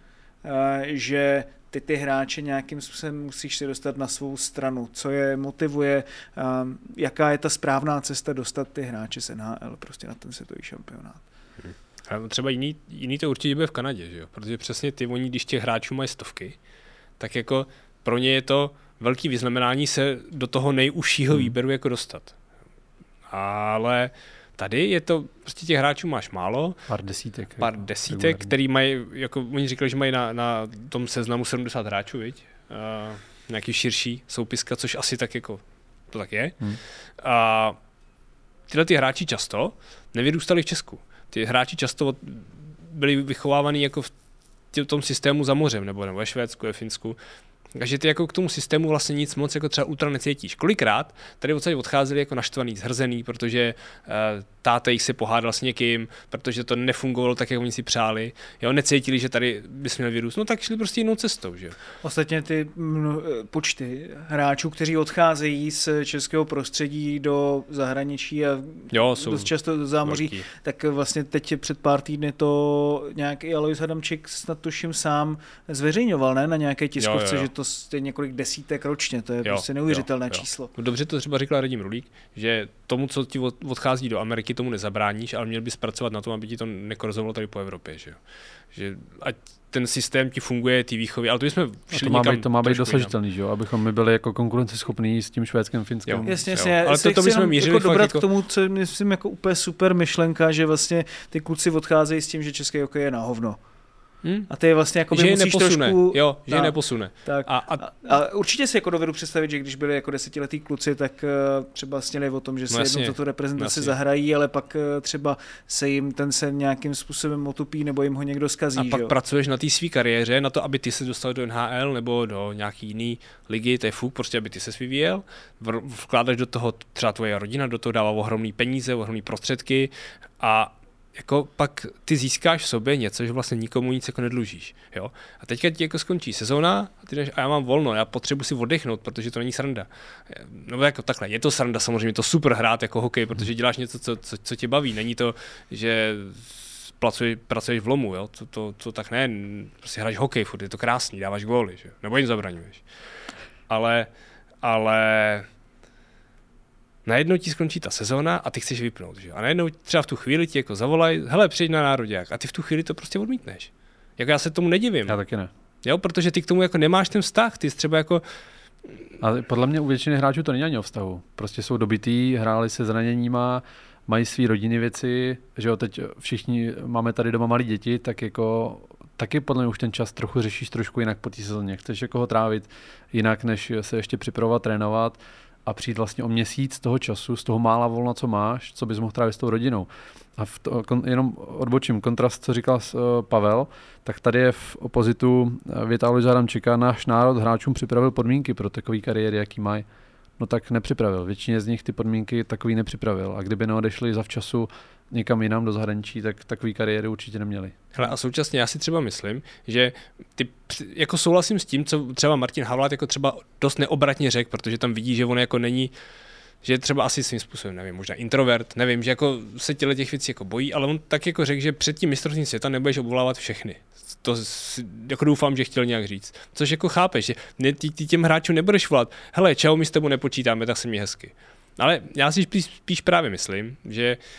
že ty ty hráče nějakým způsobem musíš si dostat na svou stranu, co je motivuje, jaká je ta správná cesta dostat ty hráče z N H L prostě na ten světový šampionát. Hmm. Třeba jiný, jiný to určitě bude v Kanadě, že jo? Protože přesně ty, oni, když těch hráčů mají stovky, tak jako pro ně je to velký vyznamenání se do toho nejužšího hmm. výběru jako dostat. Ale tady je to, prostě těch hráčů máš málo. Pár desítek. Pár jako desítek, regulární. Který mají, jako oni říkali, že mají na, na tom seznamu sedmdesát hráčů, viď? Uh, nějaký širší soupiska, což asi tak jako, to tak je. Hmm. A tyhle ty hráči často nevyrůstali v Česku. Ty hráči často byli vychovávaný jako v tom systému za mořem, nebo, nebo ve Švédsku, ve Finsku. Takže ty jako k tomu systému vlastně nic moc jako třeba ultra necítíš. Kolikrát tady odsaď odcházeli jako naštvaný, zhrzený, protože uh, táta jich se pohádal s někým, protože to nefungovalo tak, jak oni si přáli. Jo, necítili, že tady bys měl vyrůst, no tak šli prostě jinou cestou. Že? Ostatně ty mno, počty hráčů, kteří odcházejí z českého prostředí do zahraničí a jo, jsou dost často do zámoří, velký. Tak vlastně teď před pár týdny to nějak i Alois Hadamčík snad tuším sám zveřejňoval, ne, na nějaké tiskovce, jo, jo. že to je několik desítek ročně, to je jo, prostě neuvěřitelné jo, jo. číslo. No dobře to třeba říkal Radim Rulík, že tomu, co ti odchází do Ameriky, tomu nezabráníš, ale měl bys pracovat na tom, aby ti to nekorzovalo tady po Evropě, že jo. Že ať ten systém ti funguje, ty výchovy, ale to bychom šli to má někam být, to má být dosažitelný, že jo, abychom my byli jako konkurenceschopní s tím Švédskem, Finskem. Jo, jasně, jasně. Ale to, to bychom mířili jako dobrat jako... k tomu, co myslím jako úplně super myšlenka, že vlastně ty kluci odcházejí s tím, že český hokej je na hovno. Hmm? A ty je vlastně jako by musíš trošku... Jo, že je neposune. Tak. A, a... A, a určitě si jako dovedu představit, že když byli jako desetiletí kluci, tak uh, třeba sněli o tom, že se no jednou za tu reprezentaci jasně. zahrají, ale pak uh, třeba se jim ten sen nějakým způsobem otupí, nebo jim ho někdo zkazí. A pak jo? pracuješ na té své kariéře, na to, aby ty se dostal do N H L nebo do nějaký jiný ligy, to je fuk, prostě aby ty se vyvíjel, vkládáš do toho třeba tvoje rodina, do toho dává ohromný peníze, ohromný prostředky a jako pak ty získáš v sobě něco, že vlastně nikomu nic jako nedlužíš, jo. A teďka ti jako skončí sezóna a ty jdeš, a já mám volno, já potřebuji si oddechnout, protože to není sranda. No jako takhle, je to sranda samozřejmě, to super hrát jako hokej, protože děláš něco, co, co, co tě baví, není to, že pracuješ, pracuješ v lomu, jo, to, to, to tak ne, prostě hraješ hokej furt, je to krásný, dáváš góly, že? Nebo jim zabraňuješ. Ale, ale... Najednou ti skončí ta sezóna a ty chceš vypnout, že? A najednou třeba v tu chvíli ti jako zavolaj, hele, přijď na nároďák a ty v tu chvíli to prostě odmítneš. Jako já se tomu nedivím. Já taky ne. Jo, protože ty k tomu jako nemáš ten vztah, ty jsi třeba jako... Ale podle mě u většiny hráčů to není ani o vztahu. Prostě jsou dobitý, hráli se zraněníma, mají svý rodiny věci, že jo, teď všichni máme tady doma malí děti, tak jako taky podle mě už ten čas trochu řešíš trošku jinak po té sezóně. Chceš jako ho trávit jinak, než se ještě připravovat, trénovat a přijít vlastně o měsíc toho času, z toho mála volna, co máš, co bys mohl trávit s tou rodinou. A v to, kon, jenom odbočím kontrast, co říkal uh, Pavel, tak tady je v opozitu věta Aloise Hadamčíka, náš národ hráčům připravil podmínky pro takové kariéry, jaký mají. No tak nepřipravil. Většině z nich ty podmínky takový nepřipravil. A kdyby neodešli zavčasu někam jinam do zahraničí, tak takový kariéry určitě neměli. Hele, a současně já si třeba myslím, že ty, jako souhlasím s tím, co třeba Martin Havlát jako třeba dost neobratně řekl, protože tam vidí, že on jako není, že je třeba asi svým způsobem, nevím, možná introvert, nevím, že jako se těle těch věcí jako bojí, ale on tak jako řekl, že před tím mistrovstvím světa nebudeš obvolávat všechny. To jako doufám, že chtěl nějak říct. Což jako chápeš, že ne, ty, ty těm hráčům nebudeš volat, hele, čau, my s tebou nepočítáme, tak se mi hezky. Ale já si spíš, spíš právě myslím, že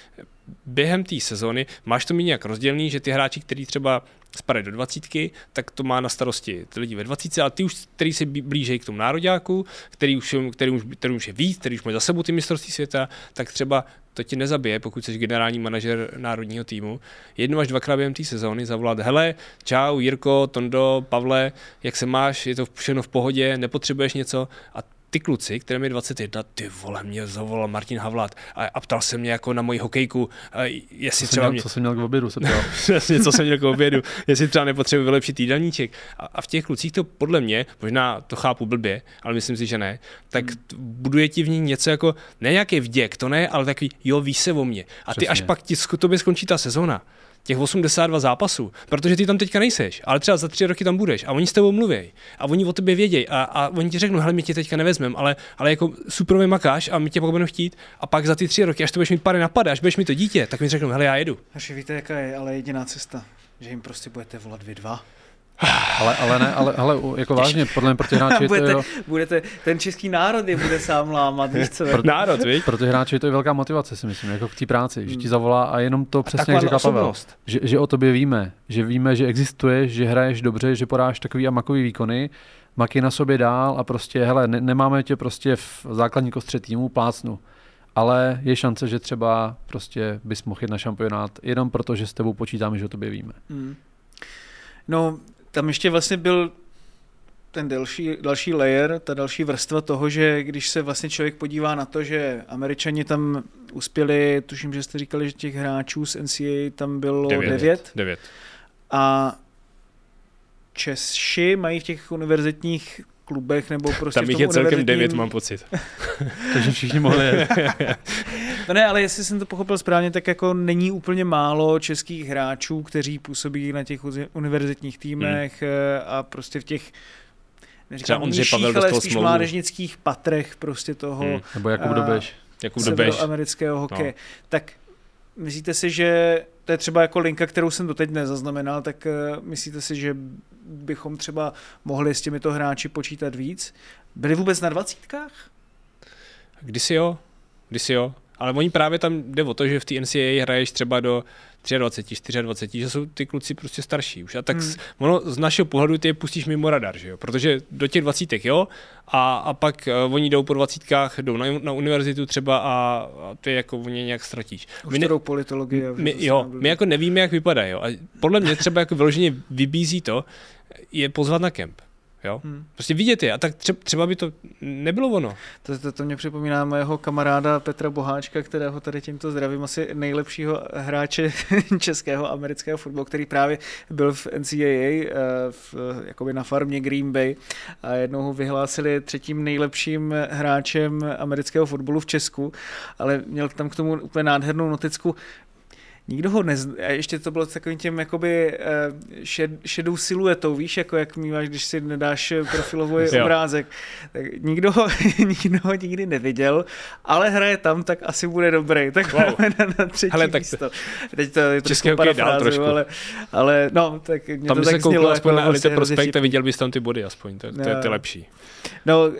během té sezóny máš to mít nějak rozdělený, že ty hráči, kteří třeba spadají do dvacítky, tak to má na starosti ty lidi ve dvacítce, ale ty už, který se blížejí k tomu nároďáku, který už, který už, který už je víc, který už mají za sebou ty mistrovství světa, tak třeba to ti nezabije, pokud jsi generální manažer národního týmu. Jednou až dvakrát během té sezóny zavolat, hele, čau, Jirko, Tondo, Pavle, jak se máš, je to všechno v pohodě, nepotřebuješ něco? A ty kluci, které mi dvacet jedna, ty vole, mě zavolal Martin Havlát a, a ptal se mě jako na moji hokejku, a jestli co třeba měl, mě... Co jsem měl k obědu, se ptal. Přesně, co jsem měl k obědu, jestli třeba nepotřebuji vylepšit jídelníček. A, a v těch klucích to podle mě, možná to chápu blbě, ale myslím si, že ne, tak hmm. buduje ti v ní něco jako, ne nějaký vděk, to ne, ale takový, jo, víš se o mě. A ty Přesně. Až pak ti, tobě skončí ta sezóna, těch osmdesát dva zápasů, protože ty tam teďka nejseš, ale třeba za tři roky tam budeš a oni s tebou mluví a oni o tobě vědějí a, a oni ti řeknou, hele, my tě teďka nevezmeme, ale, ale jako super makáš a my tě pak budeme chtít a pak za ty tři roky, až to budeš mít pady napady, až budeš mít to dítě, tak mi řeknou, hele, já jedu. Až víte, jaká je ale jediná cesta, že jim prostě budete volat vy dva. ale, ale ne, ale, ale jako vážně, podle mě pro ty hráče budete, to jo. budete, ten český národ je bude sám lámat, víš co? Pro, národ, víš? Pro ty hráče je to je velká motivace, si myslím, jako v té práci, že ti zavolá a jenom to přesně, jak říká Pavel, že, že o tobě víme, že víme, že existuješ, že hraješ dobře, že podáš takový a makový výkony, maky na sobě dál a prostě, hele, ne, nemáme tě prostě v základní kostře týmu, plácnu. Ale je šance, že třeba prostě bys mohl jít na šampionát, jenom proto, že s tebou počítáme, že o tobě víme. Hmm. No, tam ještě vlastně byl ten další, další layer, ta další vrstva toho, že když se vlastně člověk podívá na to, že Američani tam uspěli, tuším, že jste říkali, že těch hráčů z N C A A tam bylo devět. devět. A Češi mají v těch univerzitních klubech nebo prostě tam v tom je celkem univerzitním... devět, mám pocit. Takže všichni mohli jet. No ne, ale jestli jsem to pochopil správně, tak jako není úplně málo českých hráčů, kteří působí na těch univerzitních týmech hmm. a prostě v těch neříkám nižších, ale spíš smlouvu. Mládežnických patrech prostě toho hmm. nebo Jakub Dobeš. Jakub Dobeš. Amerického hokeje. No. Tak myslíte si, že to je třeba jako linka, kterou jsem doteď nezaznamenal, tak uh, myslíte si, že bychom třeba mohli s těmito hráči počítat víc? Byli vůbec na dvacítkách? Kdysi jo, kdysi jo. Ale oni právě tam jde o to, že v té N C A A hraješ třeba do dvacet tři, dvacet čtyři, že jsou ty kluci prostě starší už. A tak hmm. ono z našeho pohledu ty je pustíš mimo radar, že jo? Protože do těch dvacítek, jo, a, a pak uh, oni jdou po dvacítkách, jdou na, na univerzitu třeba a, a ty jako oni nějak ztratíš. Už to jdou politologii. My, jo, my jako nevíme, jak vypadají, jo. A podle mě třeba jako vyloženě vybízí to, je pozvat na kemp. Jo? Hmm. Prostě vidět je a tak třeba, třeba by to nebylo ono. To, to, to mě připomíná mého kamaráda Petra Boháčka, kterého tady tímto zdravím, asi nejlepšího hráče českého amerického fotbalu, který právě byl v N C A A, v, jakoby na farmě Green Bay a jednou ho vyhlásili třetím nejlepším hráčem amerického fotbalu v Česku, ale měl tam k tomu úplně nádhernou noticku. Nikdo ho nezná, a ještě to bylo takovým těm jakoby šed, šedou siluetou, víš, jako jak míváš, když si nedáš profilový obrázek. Tak nikdo ho, nikdo ho nikdy neviděl, ale hraje tam, tak asi bude dobrý. Tak wow. Máme na, na třetí Hele, místo. To, teď to je trošku parafrázuju, ale, ale no, tak mě tam to tak znělo. Tam aspoň jako na Elite Prospekt a viděl bys tam ty body aspoň, to, to, to je ty lepší. No,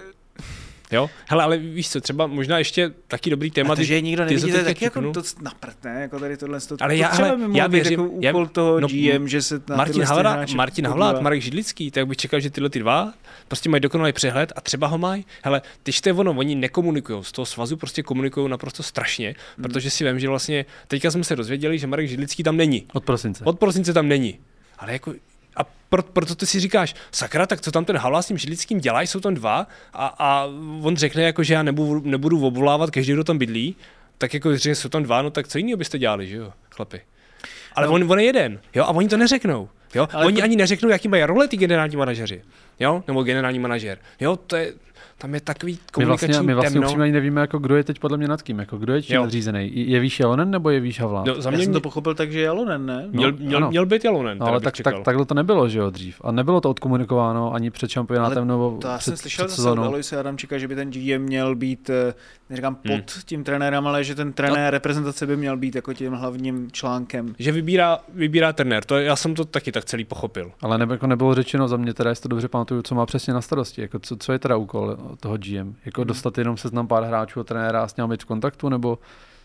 jo, hele, ale víš co, třeba možná ještě taky dobrý téma. A to, že nikdo nevidí, to je taky jako to naprt, ne? Jako tady tohle. To, ale já, to třeba ale, by já věřím, jako úkol toho no, G M, že se na Martin Havlát, Martin Havlát, Marek Židlický, tak bych čekal, že tyhle ty dva prostě mají dokonalý přehled a třeba ho mají. Hele, když to je ono, oni nekomunikují, z toho svazu prostě komunikují naprosto strašně, hmm. protože si vím, že vlastně teďka jsme se dozvěděli, že Marek Židlický tam není. Od prosince. Od prosince tam není. Ale jako a pro, proto ty si říkáš, sakra, tak co tam ten Havlát s tím Židlickým dělají, jsou tam dva a, a on řekne, jako, že já nebudu, nebudu obvolávat každý, kdo tam bydlí, tak jako řekne, jsou tam dva, no tak co jiného byste dělali, že jo, chlapi. Ale no. on, on je jeden, jo, a oni to neřeknou, jo, ale oni to... ani neřeknou, jaký mají role ty generální manažeři, jo, nebo generální manažer, jo, to je... Tam je takový komunikační temno. My vlastně, temno. upřímně ani nevíme, jako kdo je teď podle mě nad kým, jako kdo je čím nadřízený. Je víš Jalonen nebo je víš Havlát? No, Já jsem to pochopil tak, že Jalonen, ne? No, měl, měl, měl být Jalonen. No, ale tak, tak, takhle to nebylo, že jo, dřív. A nebylo to odkomunikováno ani před šampionátem nebo to já před, jsem slyšel před sezónou. Aloise Adamčíka, že by ten G M měl být, neříkám pod hmm. tím trenérem, ale že ten trenér no. reprezentace by měl být jako tím hlavním článkem. Že vybírá, vybírá trenér, to já jsem to taky tak celý pochopil. Ale nebo jako nebylo řečeno za mě, teda jestli to dobře pamatuju, co má přesně na starosti, jako co, co je teda úkol toho G M. Jako dostat jenom seznam pár hráčů a trenéra a s ním být v kontaktu, nebo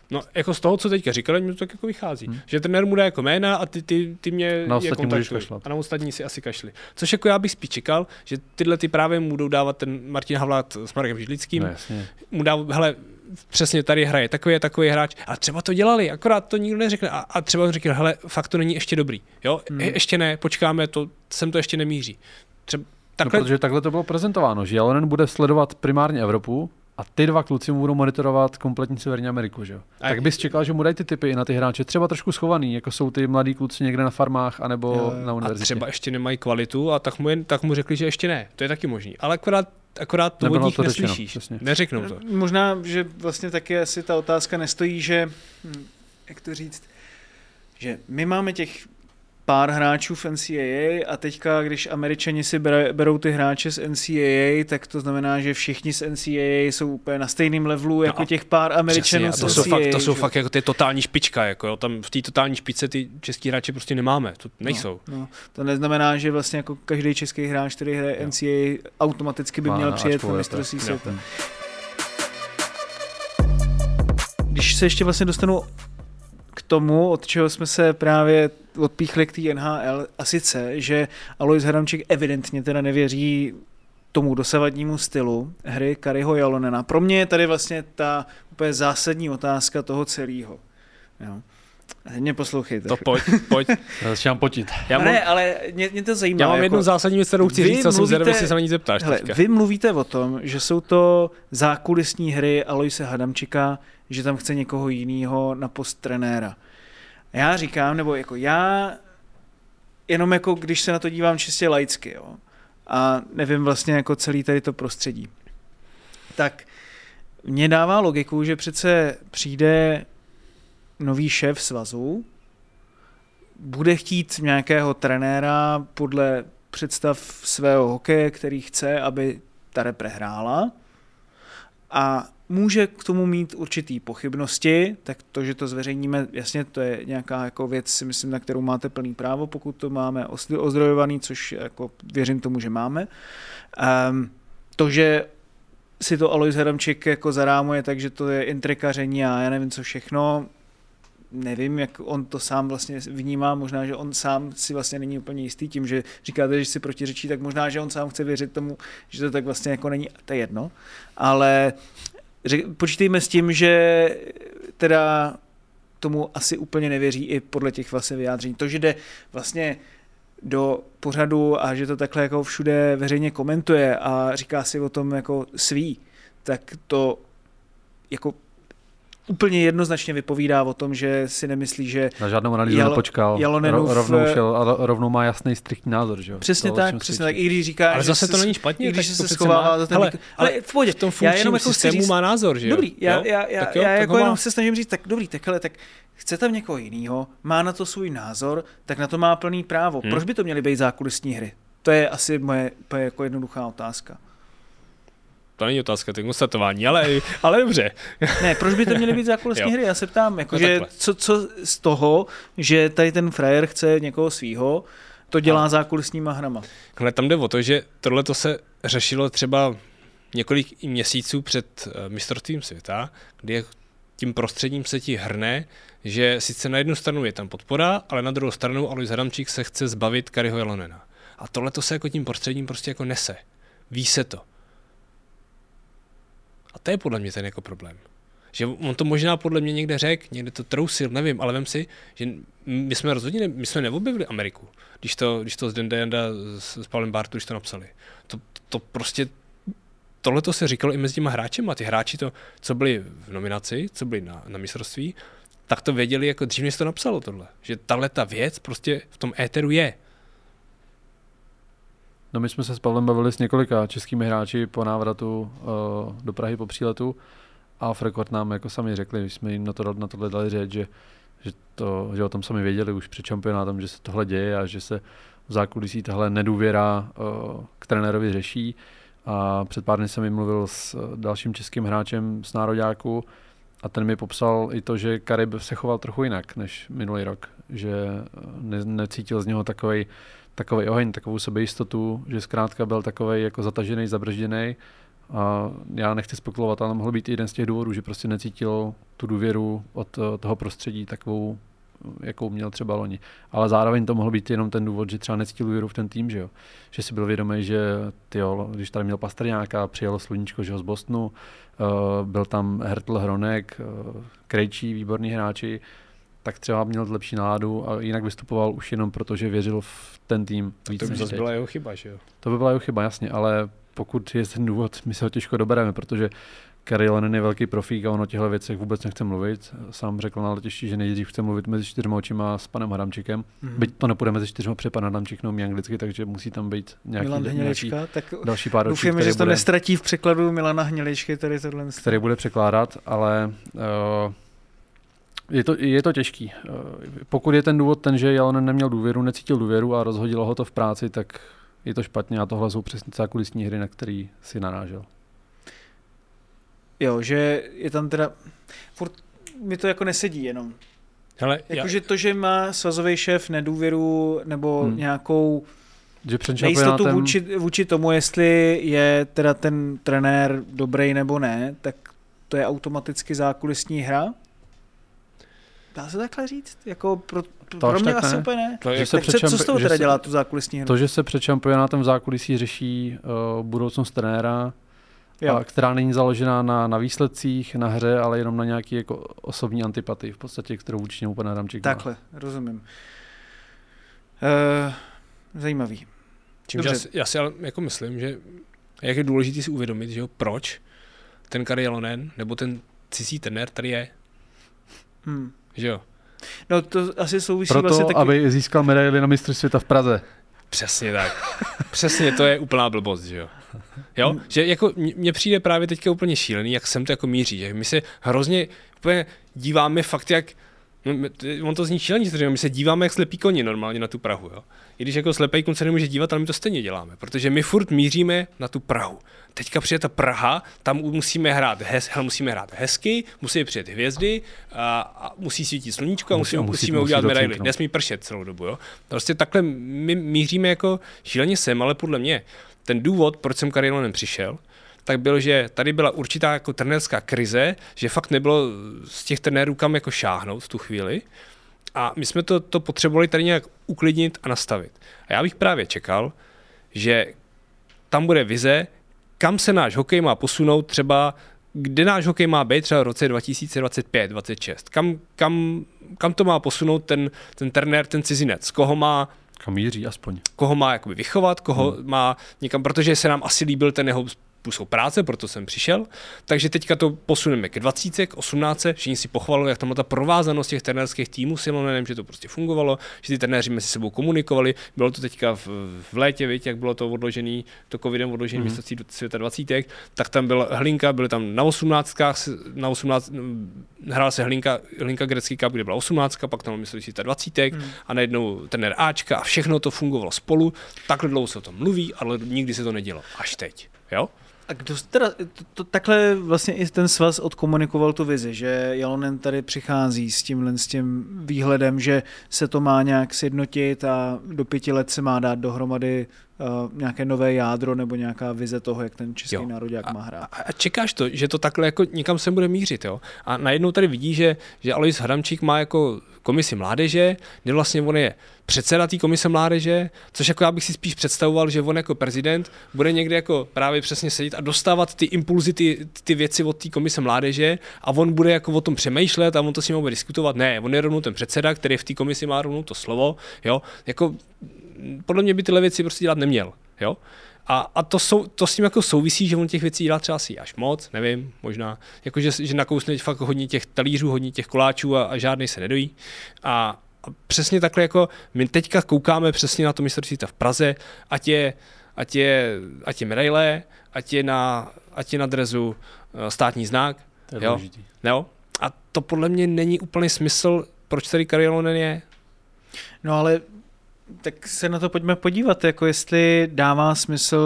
No, jako z toho, co teďka říkali, mi to tak jako vychází. Hmm. Že trenér mu dá jako jména a ty, ty, ty mě na je kontaktují. A na ostatní si asi kašli. Což jako já bych spíš čekal, že tyhle ty právě mu budou dávat ten Martin Havlát s Markem Židlickým. No, mu dá, hele, přesně tady hraje takový a takový hráč. A třeba to dělali, akorát to nikdo neřekne. A, a třeba on říkal, hele, fakt to není ještě dobrý. Jo, hmm. je, ještě ne, počkáme, to, sem to ještě nemíří. Třeba takhle... No, protože takhle to bylo prezentováno, že Jalonen bude sledovat primárně Evropu, a ty dva kluci mu budou monitorovat kompletní Severní Ameriku, že jo? A tak bys čekal, že mu dají ty tipy i na ty hráče, třeba trošku schovaný, jako jsou ty mladí kluci někde na farmách anebo jo, na univerzitě. A třeba ještě nemají kvalitu a tak mu, jen, tak mu řekli, že ještě ne. To je taky možný. Ale akorát, akorát to od nich neslyšíš. Řečeno, neřeknou to. Možná, že vlastně taky asi ta otázka nestojí, že, jak to říct, že my máme těch pár hráčů v N C A A a teďka, když Američani si berou ty hráče z N C A A, tak to znamená, že všichni z N C A A jsou úplně na stejném levelu jako no těch pár Američanů z to N C A A. Jsou fakt, to jsou fakt jako ty totální špička, jako jo, tam v té totální špičce ty český hráči prostě nemáme, to nejsou. No, no, to neznamená, že vlastně jako každý český hráč, který hraje N C A A, automaticky by měl přijet v mistrovství světa. Když se ještě vlastně dostanu k tomu, od čeho jsme se právě odpíchli k té N H L, a sice, že Alois Hadamčík evidentně teda nevěří tomu dosavadnímu stylu hry Kariho Jalonena. Pro mě je tady vlastně ta úplně zásadní otázka toho celého. Jo. Mě poslouchejte. To pojď, pojď. Já začínám potit. Já mám, ne, ale mě, mě to zajímá. Já mám jako, jednu zásadní věc, kterou chci říct, a jsem zvědavý, jestli se na ní zeptáš. Hele, vy mluvíte o tom, že jsou to zákulisní hry Aloise Hadamčíka, že tam chce někoho jiného na post trenéra. A já říkám, nebo jako já, jenom jako když se na to dívám čistě laicky, jo, a nevím vlastně jako celý tady to prostředí, tak mně dává logiku, že přece přijde nový šéf svazu, bude chtít nějakého trenéra podle představ svého hokeje, který chce, aby ta repre hrála, a může k tomu mít určitý pochybnosti, tak to, že to zveřejníme, jasně, to je nějaká jako věc, si myslím, na kterou máte plný právo, pokud to máme ozdrojovaný, což jako věřím tomu, že máme. Um, to, že si to Alois Hadamčík jako zarámuje, takže to je intrikaření a já nevím co všechno, nevím, jak on to sám vlastně vnímá, možná, že on sám si vlastně není úplně jistý tím, že říkáte, že si protiřečí, tak možná, že on sám chce věřit tomu, že to tak vlastně jako není, to je jedno, ale počítejme s tím, že teda tomu asi úplně nevěří i podle těch vlastně vyjádření. To, že jde vlastně do pořadu a že to takhle jako všude veřejně komentuje a říká si o tom jako svý, tak to jako úplně jednoznačně vypovídá o tom, že si nemyslí, že na žádnou analýzu Jalo, nepočkal, Ro, rovnou, šel, a rovnou má jasný striktní názor. Že? Přesně to, tak, přesně tak, i když říká, ale zase to není špatně, když tak se schovává za ten ale, ale v pohodě, v tom funkčním jako systému říct, má názor, že jo? Dobrý, já, já, já, jo, já jako jenom se snažím říct, tak dobrý, tak hele, tak chce tam někoho jinýho, má na to svůj názor, tak na to má plný právo. Hmm. Proč by to měly být zákulisní hry? To je asi moje jako jednoduchá otázka. To není otázka, to je konstatování, ale, ale dobře. Ne, proč by to měly být zákulisní hry? Já se ptám, jakože no co, co z toho, že tady ten frajer chce někoho svýho, to dělá a zákulisníma hrama. Hle, tam jde o to, že tohle to se řešilo třeba několik měsíců před mistrovstvím světa, kdy tím prostředím se ti hrne, že sice na jednu stranu je tam podpora, ale na druhou stranu Alois Hadamčík se chce zbavit Kariho Jalonena. A tohle to se jako tím prostředím prostě jako nese. Ví se to. A to je podle mě ten jako problém. Že on to možná podle mě někde řekl, někde to trousil, nevím, ale vem si, že my jsme rozhodně, ne, my jsme neobjevili Ameriku, když to, když to z Denda Janda s, s Pavlem Bartu, když to napsali. To, to prostě, tohle to se říkalo i mezi těma hráčema. Ty hráči to, co byli v nominaci, co byli na, na mistrovství, tak to věděli, jako dřív než to napsalo tohle. Že tahle ta věc prostě v tom éteru je. No my jsme se s Pavlem bavili s několika českými hráči po návratu uh, do Prahy po příletu a off record nám jako sami řekli, když jsme jim na, to, na tohle dali řeč, že, že, to, že o tom sami věděli už před šampionátem, že se tohle děje a že se v zákulisí tahle nedůvěra uh, k trenérovi řeší. A před pár dny jsem jim mluvil s dalším českým hráčem z nároďáku a ten mi popsal i to, že Karib se choval trochu jinak než minulý rok, že ne, necítil z něho takovej takový oheň, takovou sebejistotu, že zkrátka byl takovej jako zatažený, zabržděný A já nechci spekulovat, ale mohl být jeden z těch důvodů, že prostě necítil tu důvěru od toho prostředí takovou, jakou měl třeba loni. Ale zároveň to mohl být jenom ten důvod, že třeba necítil důvěru v ten tým, že jo. Že si byl vědomý, že tyjo, když tady měl Pastrňáka, přijelo Sluníčko, že ho z Bostonu, uh, byl tam Hertl, Hronek, uh, Krejčí, výborní hráči, tak třeba měl lepší náladu a jinak vystupoval už jenom proto, že věřil v ten tým. Víc to by zase byla jeho chyba, že jo? To by byla jeho chyba, jasně, ale pokud je ten důvod, my se ho těžko dobereme, protože Kari Lehtonen je velký profík a on o těchto věcech vůbec nechce mluvit. Sám řekl na letišti, že nejdřív chce mluvit mezi čtyřma očima s panem Adamčíkem. Mm-hmm. Byť to nepůjde mezi čtyřma, protože pan Adamčík neumí anglicky, takže musí tam být nějaký, Milan nějaký tak další pár očí, doufujeme, že to bude, nestratí v překladu Milana Hniličky, tady tohle. Který bude překládat, ale uh, je, to, je to těžký. Uh, pokud je ten důvod ten, že Jalonen neměl důvěru, necítil důvěru a rozhodilo ho to v práci, tak je to špatně a tohle jsou přesně zákulisní hry, na který si narážel. Jo, že je tam teda, furt mi to jako nesedí jenom. Jakože to, že má svazový šéf nedůvěru nebo hmm. nějakou že nejistotu ten... vůči, vůči tomu, jestli je teda ten trenér dobrý nebo ne, tak to je automaticky zákulisní hra. Dá se takhle říct? Jako pro, pro mě asi úplně ne. To je, tak před co z toho teda se, dělá tu zákulisní hru? To, že se před šampionátem v zákulisí řeší uh, budoucnost trenéra, a, která není založená na, na výsledcích, na hře, ale jenom na nějaký jako osobní antipatii, v podstatě, kterou vůči němu pan Adamčík má. Takhle, rozumím. Uh, zajímavý. Já si, já si ale jako myslím, že jak je důležité si uvědomit, že jo, proč ten Kari Jalonen nebo ten cizí trenér tady je. Hmm. Že jo? No to asi souvisí Proto, vlastně taky... aby získal medaili na mistrovství světa v Praze. Přesně tak. Přesně, to je úplná blbost, že jo. Jo? Že jako mně přijde právě teďka úplně šílený, jak sem to jako míří. Že my se hrozně úplně díváme fakt jak, no, on to zní šílený, protože my se díváme jak slepý koni normálně na tu Prahu. Jo? I když jako slepý kon se nemůže dívat, ale my to stejně děláme, protože my furt míříme na tu Prahu. Teďka přijde ta Praha, tam musíme hrát, hez, musíme hrát hezky, musí přijet hvězdy, a, a musí svítit sluníčko a musí, musí, musíme musí udělat medaily. Nesmí pršet celou dobu. Jo? Prostě takhle my míříme jako šíleně sem, ale podle mě ten důvod, proč jsem Kari Jalonen přišel, tak byl, že tady byla určitá jako trenérská krize, že fakt nebylo z těch trenérů kam jako šáhnout v tu chvíli. A my jsme to, to potřebovali tady nějak uklidnit a nastavit. A já bych právě čekal, že tam bude vize, kam se náš hokej má posunout třeba, kde náš hokej má být třeba v roce dva tisíce dvacet pět dvacet šest. Kam, kam, kam to má posunout ten, ten trenér, ten cizinec, koho má kam míří aspoň. Koho má jakoby vychovat, koho hmm. má někam, protože se nám asi líbil ten jeho způsob práce, proto jsem přišel. Takže teďka to posuneme ke dvacítce, k osmnáctce, všichni si pochvalili, jak tam ta provázanost těch trenérských týmů s Jalonenem, že to prostě fungovalo, že ty trenéři mezi sebou komunikovali. Bylo to teďka v, v létě, viď, jak bylo to odložený, to covidem odložený hmm. mistrovství světa dvacítek, tak tam byl Hlinka, byly tam na osmnáctkách, na osmnáct, hrál se Hlinka, Hlinka Grecký cup, kde byla osmnáctka, pak tam mistrovství světa dvacítek hmm. a najednou trenér Ačka a všechno to fungovalo spolu. Takhle dlouho se o tom mluví, ale nikdy se to nedělo. Až teď. Jo? A kdo teda, to, to, takhle vlastně i ten svaz odkomunikoval tu vizi, že Jalonen tady přichází s tímhle s tím výhledem, že se to má nějak sjednotit a do pěti let se má dát dohromady uh, nějaké nové jádro nebo nějaká vize toho, jak ten český nároďák má hrát. A, a čekáš to, že to takhle jako někam se bude mířit, jo? A najednou tady vidí, že, že Alois Hadamčík má jako komisi mládeže, kde vlastně on je předseda té komise mládeže, což jako já bych si spíš představoval, že on jako prezident bude někde jako právě přesně sedět a dostávat ty impulzy, ty, ty věci od té komise mládeže a on bude jako o tom přemýšlet a on to s ním bude diskutovat. Ne, on je rovnou ten předseda, který v té komisi má rovnou to slovo, jo. Jako podle mě by tyhle věci prostě dělat neměl, jo. A, a to, sou, to s tím jako souvisí, že on těch věcí dělá třeba asi až moc, nevím, možná, jako že, že nakousne fakt hodně těch talířů, hodně těch koláčů a, a žádnej se nedojí. A, a přesně takhle jako my teďka koukáme přesně na to mistrovství v Praze, ať je, ať je, ať je medaile, ať je na, ať je na drezu státní znak, jo? Jo? A to podle mě není úplný smysl, proč tady Kari Jalonen je. No ale tak se na to pojďme podívat, jako jestli dává smysl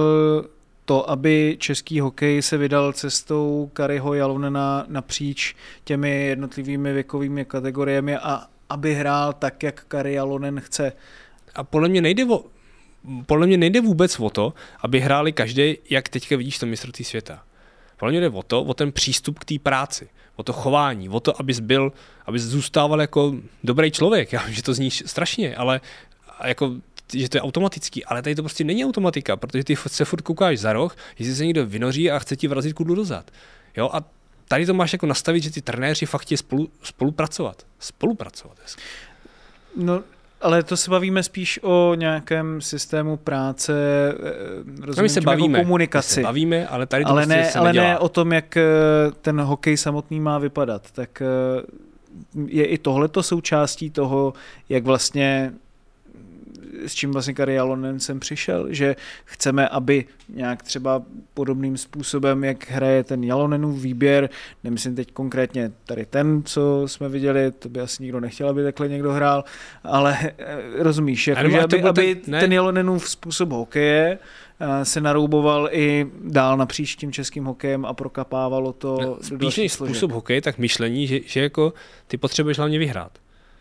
to, aby český hokej se vydal cestou Kariho Jalonena napříč těmi jednotlivými věkovými kategoriemi a aby hrál tak, jak Kari Jalonen chce. A podle mě nejde o, podle mě nejde vůbec o to, aby hráli každý, jak teďka vidíš to mistrovství světa. Podle mě jde o to, o ten přístup k té práci, o to chování, o to, abys byl, abys zůstával jako dobrý člověk. Já vím, že to zní strašně, ale jako, že to je automatický, ale tady to prostě není automatika, protože ty se furt koukáš za roh, jestli se někdo vynoří a chce ti vrazit kudlu dozad. Jo, a tady to máš jako nastavit, že ty trenéři fakt chtějí spolu, spolupracovat. Spolupracovat. No, ale to se bavíme spíš o nějakém systému práce, rozumím, my se bavíme, jako komunikaci. My se bavíme, ale tady to ale prostě ne, se ale nedělá. ne o tom, jak ten hokej samotný má vypadat. Tak je i tohleto součástí toho, jak vlastně s čím vlastně Kari Jalonen sem přišel, že chceme, aby nějak třeba podobným způsobem, jak hraje ten Jalonenův výběr, nemyslím teď konkrétně tady ten, co jsme viděli, to by asi nikdo nechtěl, aby takhle někdo hrál, ale rozumíš, jako, že aby, aby ten, ten Jalonenův způsob hokeje se narouboval i dál napříč tím českým hokejem a prokapávalo to ne, do spíš dalších způsob složek. hokeje, tak myšlení, že, že jako ty potřebuješ hlavně vyhrát.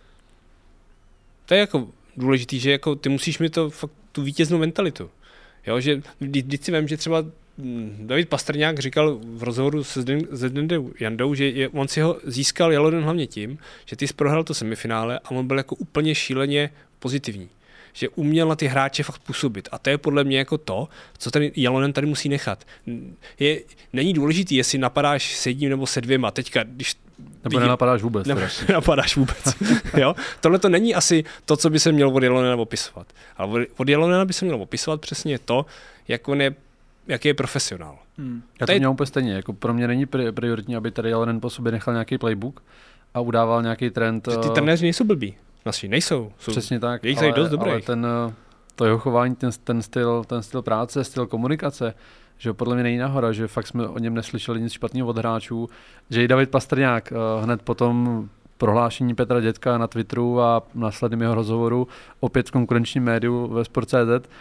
To je jako důležitý, že jako ty musíš mít to, fakt, tu vítěznou mentalitu. Jo, že když si vím, že třeba David Pastrňák říkal v rozhovoru se Zdendou Jandou, že je, on si ho získal Jalonen hlavně tím, že ty jsi prohrál to semifinále a on byl jako úplně šíleně pozitivní. Že uměl na ty hráče fakt působit. A to je podle mě jako to, co ten Jalonen tady musí nechat. Je, není důležitý, jestli napadáš s jedním nebo se dvěma. Teďka, když Nebo nenapadáš vůbec. Nebo nenapadáš vůbec. Jo? Tohle to není asi to, co by se měl od Jalonena opisovat. Ale od Jalonena by se měl opisovat přesně to, jak on je, jaký je profesionál. Hmm. Já to měl úplně stejně. Jako pro mě není prioritní, aby tady Jalonen po sobě nechal nějaký playbook a udával nějaký trend. Že ty trenéři nejsou blbí. Naši nejsou. Jsou, přesně tak. Je jich tady dost dobrý. Ale ten, to jeho chování, ten, ten, styl, ten styl práce, styl komunikace, že podle mě není nahoda, že fakt jsme o něm neslyšeli nic špatného od hráčů, že i David Pastrňák hned potom prohlášení Petra Dětka na Twitteru a následným jeho rozhovoru opět v konkurenčním médiu ve Sport tečka cé zet,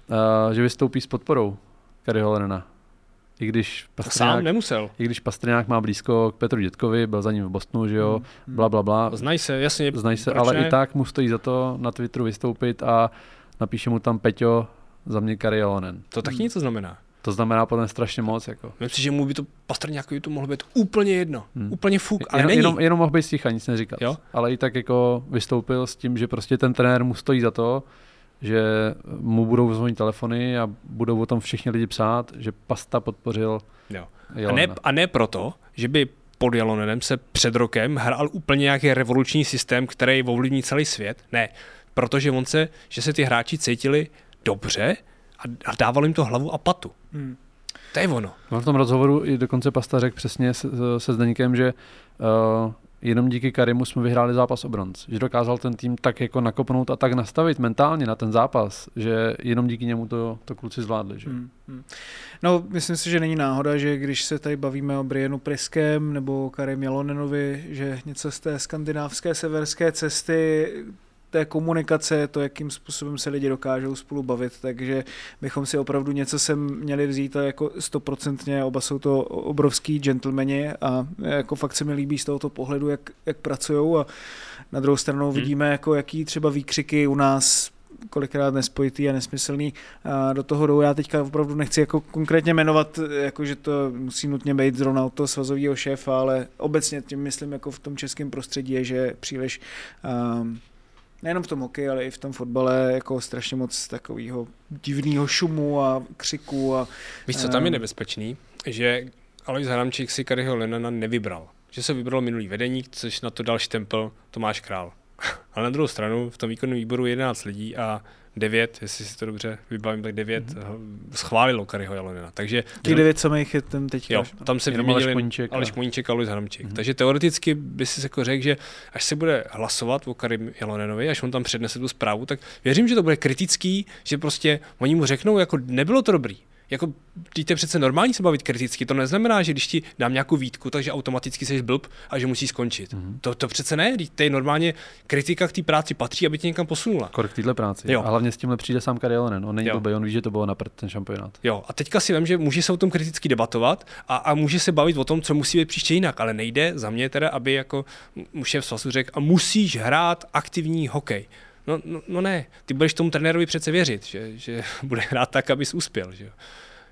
že vystoupí s podporou Kariho Jalonena. I když Pastrňák, sám nemusel. I když Pastrňák má blízko k Petru Dětkovi, byl za ním v Bostonu, že jo, hmm. bla, bla, bla. Znají se, jasně. Znají se, ale ne? I tak mu stojí za to na Twitteru vystoupit a napíše mu tam Peťo, za mě Kari Jalonen. To taky hmm. něco znamená. To znamená potom strašně moc. Jako. Myslím si, že mu by to Pastrňákovi to mohlo být úplně jedno. Hmm. Úplně fuk, ale jenom, není. Jenom, jenom mohl být sticha, nic neříkat. Jo? Ale i tak jako vystoupil s tím, že prostě ten trenér mu stojí za to, že mu budou zvonit telefony a budou o tom všichni lidi psát, že Pasta podpořil jo. A, ne, a ne proto, že by pod Jalonenem se před rokem hrál úplně nějaký revoluční systém, který ovlivní celý svět. Ne, protože on se, že se ty hráči cítili dobře a, a dával jim to hlavu a patu. Hmm. To je ono. No v tom rozhovoru i dokonce Pasta řekl přesně se, se Zdeňkem, že uh, jenom díky Karimu jsme vyhráli zápas o bronz. Že dokázal ten tým tak jako nakopnout a tak nastavit mentálně na ten zápas, že jenom díky němu to, to kluci zvládli. Že? Hmm, hmm. No, myslím si, že není náhoda, že když se tady bavíme o Brianu Priském nebo Karim Jalonenovi, že něco z té skandinávské severské cesty, té komunikace, to, jakým způsobem se lidi dokážou spolu bavit, takže bychom si opravdu něco sem měli vzít a jako stoprocentně oba jsou to obrovský gentlemani a jako fakt se mi líbí z tohoto pohledu, jak, jak pracujou a na druhou stranu hmm. vidíme, jako jaký třeba výkřiky u nás kolikrát nespojitý a nesmyslný a do toho jdou. Já teďka opravdu nechci jako konkrétně jmenovat, jako že to musí nutně být zrovna od toho svazového šéfa, ale obecně tím myslím jako v tom českém prostředí je, že příliš um, nejenom v tom hokeji, ale i v tom fotbale jako strašně moc takového divného šumu a křiku. A, víš, co tam je nebezpečný? Že Alois Hramčík si Kariho Jalonena nevybral. Že se vybral minulý vedení, což na to dal štempel Tomáš Král. Ale na druhou stranu v tom výkonném výboru jedenáct lidí a devět, jestli si to dobře vybavím, tak devět mm-hmm. schválilo Kariho Jalonena. Takže těch devět samých je ten teď. Jo, tam se vyměnili Aleš Moníček a Alois Hramčík. Mm-hmm. Takže teoreticky by si jako řekl, že až se bude hlasovat o Karim Jalonenovi, až on tam přednese tu zprávu, tak věřím, že to bude kritický, že prostě oni mu řeknou, jako nebylo to dobrý. Jako, to je přece normální se bavit kriticky, to neznamená, že když ti dám nějakou výtku, takže automaticky jsi blb a že musí skončit. Mm-hmm. To, to přece ne, to je normálně kritika k té práci patří, aby tě někam posunula. Korek téhle práci. Jo. A hlavně s tímhle přijde sám Kari Jalonen, on není blbej, on ví, že to bylo na prd ten šampionát. Jo, a teďka si vím, že může se o tom kriticky debatovat a, a může se bavit o tom, co musí být příště jinak, ale nejde za mě teda, aby jako šéf svazu řekl a musíš hrát aktivní hokej. No, no, no ne, ty budeš tomu trenérovi přece věřit, že, že bude hrát tak, abys uspěl, že jo.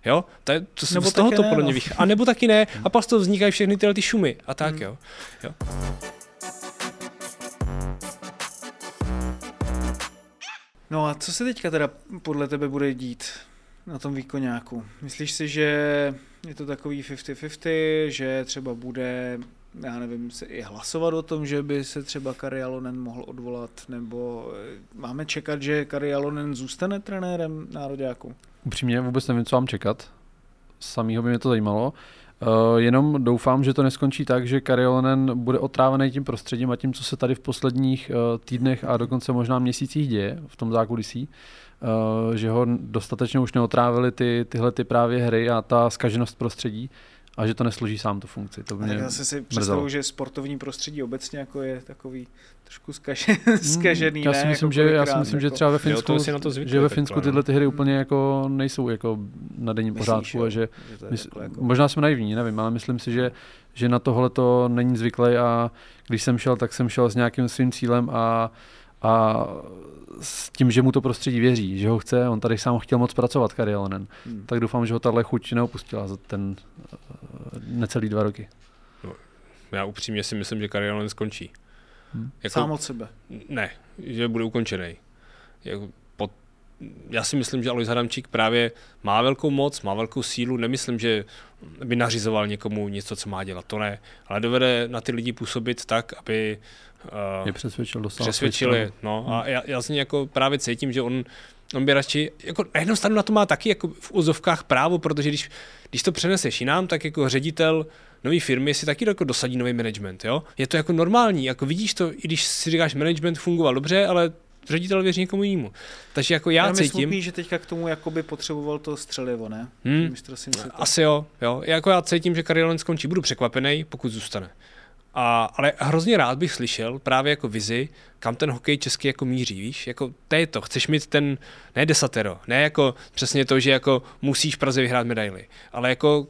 Jo? To, je, to nebo z toho to ne, podle no. mě vychází. A nebo taky ne. A pak z toho vznikají všechny tyhle ty šumy. A tak hmm. jo. jo. No a co se teďka teda podle tebe bude dít na tom výkoňáku? Myslíš si, že je to takový padesát na padesát, že třeba bude, já nevím, se i hlasovat o tom, že by se třeba Kari Jalonen mohl odvolat, nebo máme čekat, že Kari Jalonen zůstane trenérem nároďáku? Upřímně vůbec nevím, co mám čekat. Samýho by mě to zajímalo. Uh, jenom doufám, že to neskončí tak, že Kari Jalonen bude otrávený tím prostředím a tím, co se tady v posledních uh, týdnech a dokonce možná měsících děje v tom zákulisí, uh, že ho dostatečně už neotrávily ty, tyhle ty právě hry a ta zkaženost prostředí a že to nesloží sám tu funkci. To mě já si představuji, že sportovní prostředí obecně jako je takový trošku zkaže, zkažený. Já si ne, myslím, jako že, já si jako... myslím že třeba ve Finsku, jo, to zvykli, že ve Finsku tyhle ty hry úplně jako nejsou jako na denním Myslíš, pořádku. A že že mysl, jako... možná jsme naivní, nevím, ale myslím si, že, že na tohle to není zvyklý a když jsem šel, tak jsem šel s nějakým svým cílem a, a s tím, že mu to prostředí věří, že ho chce, on tady sám chtěl moc pracovat, Kari Jalonen, hmm. tak doufám, že ho tahle chuť neopustila za ten uh, necelý dva roky. No, já upřímně si myslím, že Kari Jalonen skončí. Hmm. Jako, sám od sebe? Ne, že bude ukončený. Jako pod, já si myslím, že Alois Adamčík právě má velkou moc, má velkou sílu, nemyslím, že by nařizoval někomu něco, co má dělat, to ne, ale dovede na ty lidi působit tak, aby uh, je přesvědčil, přesvědčili. No, hmm. A já, já si jako právě cítím, že on, on by radši, jako na jednu stranu na to má taky jako v úzovkách právo, protože když, když to přeneseš jinam, tak jako ředitel nový firmy si taky jako dosadí nový management, jo? Je to jako normální, jako vidíš to, i když si říkáš, management fungoval dobře, ale ředitel věří někomu jinému. Takže jako já, já cítím... Já smutný, že teďka k tomu jakoby potřeboval to střelivo, ne? Hmm. Asi jo, jo. Jako já cítím, že Kari Jalonen skončí, budu překvapený, pokud zůstane. A, ale hrozně rád bych slyšel právě jako vizi, kam ten hokej český jako míří, víš? Jako to je to, chceš mít ten, ne desatero, ne jako přesně to, že jako musíš v Praze vyhrát medaily, ale jako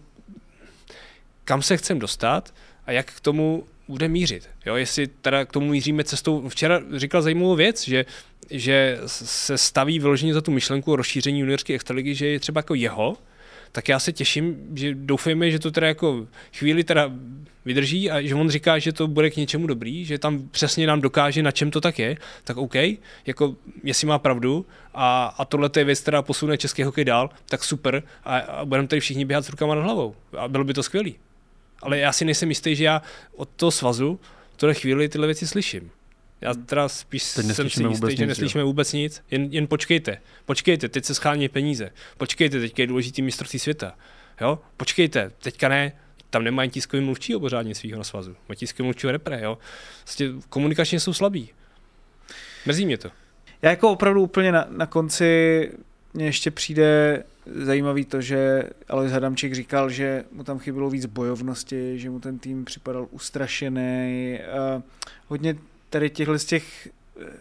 kam se chcem dostat a jak k tomu bude mířit. Jo, jestli teda k tomu míříme cestou, včera říkal zajímavou věc, že, že se staví vyloženě za tu myšlenku o rozšíření juniorské extraligy, že je třeba jako jeho, tak já se těším, že doufejme, že to teda jako chvíli teda vydrží a že on říká, že to bude k něčemu dobrý, že tam přesně nám dokáže, na čem to tak je, tak OK, jako jestli má pravdu a, a tohle je věc, která posune český hokej dál, tak super a, a budeme tady všichni běhat s rukama nad hlavou a bylo by to skvělý. Ale já si nejsem jistý, že já od toho svazu v tuhle chvíli tyhle věci slyším. Já teda spíš jsem si jistý, že neslyšíme vůbec nic. Jen, jen počkejte. Počkejte, teď se schání peníze. Počkejte, teďka je důležitý mistrovství světa. Jo? Počkejte, teďka ne. Tam nemají tiskový mluvčího pořádně svýho na svazu. Mají tiskový mluvčího repre, jo. Vlastně komunikačně jsou slabí. Mrzí mě to. Já jako opravdu úplně na, na konci mně ještě přijde zajímavý to, že Alois Adamčík říkal, že mu tam chybělo víc bojovnosti, že mu ten tým připadal ustrašený. Uh, hodně tady těchhle z těch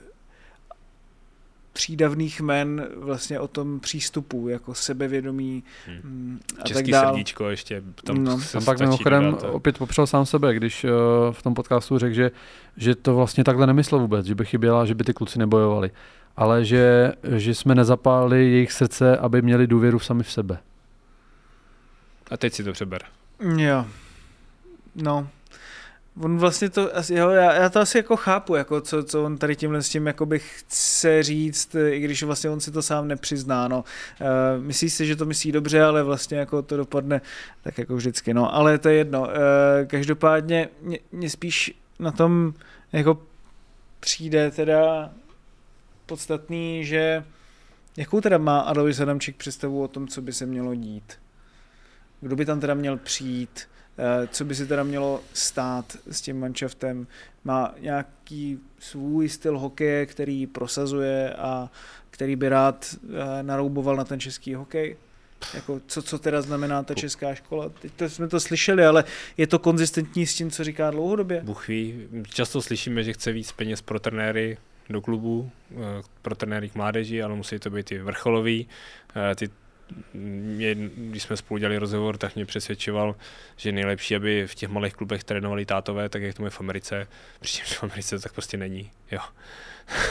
přídavných jmen vlastně o tom přístupu, jako sebevědomí hmm. a Český tak dál. Srdíčko ještě. Tam, no. tam pak mimochodem opět popřel sám sebe, když uh, v tom podcastu řekl, že, že to vlastně takhle nemyslel vůbec, že by chyběla, že by ty kluci nebojovali, ale že, že jsme nezapálili jejich srdce, aby měli důvěru sami v sebe. A teď si to přeber. Jo. No. On vlastně to, jo, já, já to asi jako chápu, jako co, co on tady tímhle s tím jakoby chce říct, i když vlastně on si to sám nepřizná, no. Uh, myslí si, že to myslí dobře, ale vlastně jako to dopadne tak jako vždycky, no. Ale to je jedno. Uh, každopádně mě, mě spíš na tom jako přijde teda podstatný, že jakou teda má Alois Adamčík představu o tom, co by se mělo dít? Kdo by tam teda měl přijít? Co by si teda mělo stát s tím manšaftem? Má nějaký svůj styl hokeje, který prosazuje a který by rád narouboval na ten český hokej? Jako, co, co teda znamená ta česká škola? Teď to jsme to slyšeli, ale je to konzistentní s tím, co říká dlouhodobě? Bůh ví. Často slyšíme, že chce víc peněz pro trenéry do klubu, pro trenéry k mládeži, ale musí to být i vrcholový. Ty Mě, když jsme spolu dělali rozhovor, tak mě přesvědčoval, že je nejlepší, aby v těch malých klubech trénovali tátové, tak jak to je v Americe, přičemž v Americe to tak prostě není. Jo.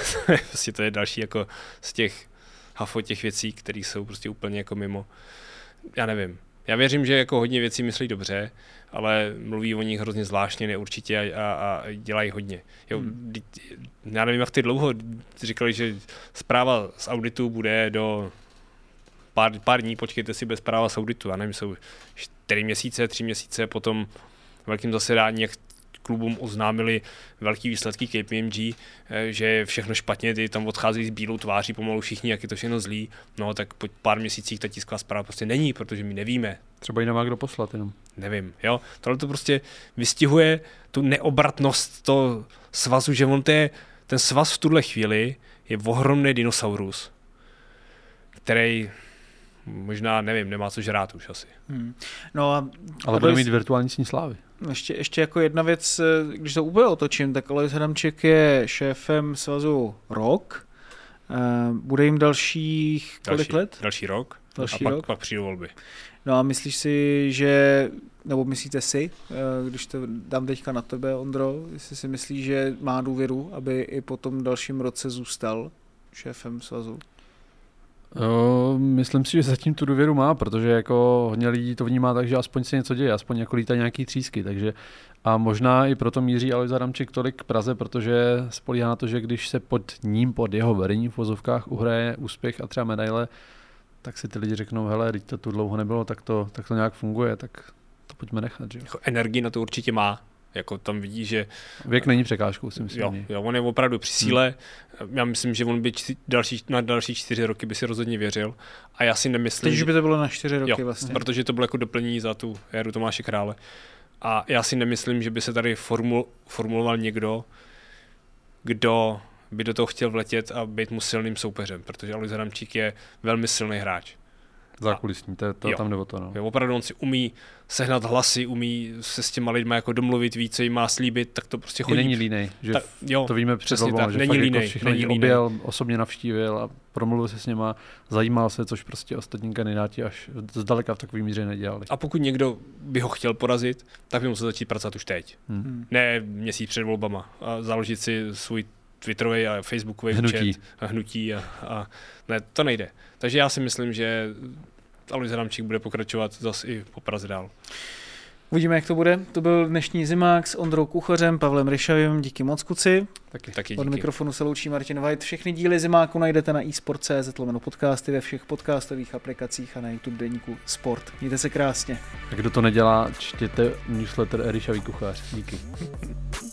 Prostě to je další jako z těch hafo těch věcí, které jsou prostě úplně jako mimo. já nevím. Já věřím, že jako hodně věcí myslí dobře, ale mluví o nich hrozně zvláštně, neurčitě a, a, a dělají hodně. Jo, hmm. Já nevím, jak ty dlouho říkali, že zpráva z auditu bude do pár, pár dní, počkejte si bez zpráva z auditu. Já nevím, jsou čtyři měsíce, tři měsíce po tom velkým zasedání, jak klubům oznámili velký výsledky K P M G, že je všechno špatně, ty tam odchází s bílou tváří pomalu všichni, jak je to všechno zlý, no tak po pár měsících ta tisková zpráva prostě není, protože my nevíme. Třeba ji nemá kdo poslat jenom. Nevím, jo. Tohle to prostě vystihuje tu neobratnost toho svazu, že on to je, ten svaz v tuhle chvíli je ohromný dinosaurus, který možná, nevím, nemá co žrát už asi. Hmm. No a ale bude mít virtuální sní slávy. Ještě, ještě jako jedna věc, když to úplně otočím, tak Alois Adamček je šéfem svazu rok. Bude jim dalších kolik další, let? Další rok. Další a rok. pak, pak přijdou volby. No a myslíš si, že, nebo myslíte si, když to dám teďka na tebe, Ondro, jestli si myslíš, že má důvěru, aby i po tom dalším roce zůstal šéfem svazu? Jo, myslím si, že zatím tu důvěru má, protože jako hodně lidí to vnímá tak, že aspoň se něco děje, aspoň jako lítají nějaký třísky, takže a možná i proto míří Alois Adamček tolik k Praze, protože spolíhá na to, že když se pod ním, pod jeho vedením v vozovkách uhraje úspěch a třeba medaile, tak si ty lidi řeknou, hele, teď to tu dlouho nebylo, tak to, tak to nějak funguje, tak to pojďme nechat. Že? Jako energii na to určitě má. Jako tam vidí, že... Věk není překážkou, si myslím. Jo, jo, on je opravdu při síle. Hmm. Já myslím, že on by čty, další, na další čtyři roky by si rozhodně věřil. A já si nemyslím... Takže by to bylo na čtyři roky jo, vlastně. Protože to bylo jako doplnění za tu éru Tomáše Krále. A já si nemyslím, že by se tady formul, formuloval někdo, kdo by do toho chtěl vletět a být mu silným soupeřem, protože Alois Adamčík je velmi silný hráč. Zákulisní, to, to tam nebo to. No. Jo, opravdu on si umí sehnat hlasy, umí se s těma lidma jako domluvit víc, co jim má slíbit, tak to prostě chodí. I není línej, že tak, jo, to víme před volbou, že není fakt línej, jako všechno není objel, osobně navštívil a promluvil se s něma, zajímal se, což prostě ostatní kandidáti až zdaleka v takové míře nedělali. A pokud někdo by ho chtěl porazit, tak by musel začít pracovat už teď. Hmm. Ne měsíc před volbama a založit si svůj Twitterový a Facebookový hnutí. účet a hnutí a, a ne, to nejde. Takže já si myslím, že Alois Adamčík bude pokračovat zase i po Praze dál. Uvidíme, jak to bude. To byl dnešní Zimák s Ondrou Kuchařem, Pavlem Ryšavým. Díky moc, kuci. Taky, Taky Od díky. mikrofonu se loučí Martin White. Všechny díly Zimáku najdete na e-sport tečka cé zet lomeno podcasty ve všech podcastových aplikacích a na YouTube deníku Sport. Mějte se krásně. A kdo to nedělá, čtěte newsletter Ryšavý kuchař. Díky.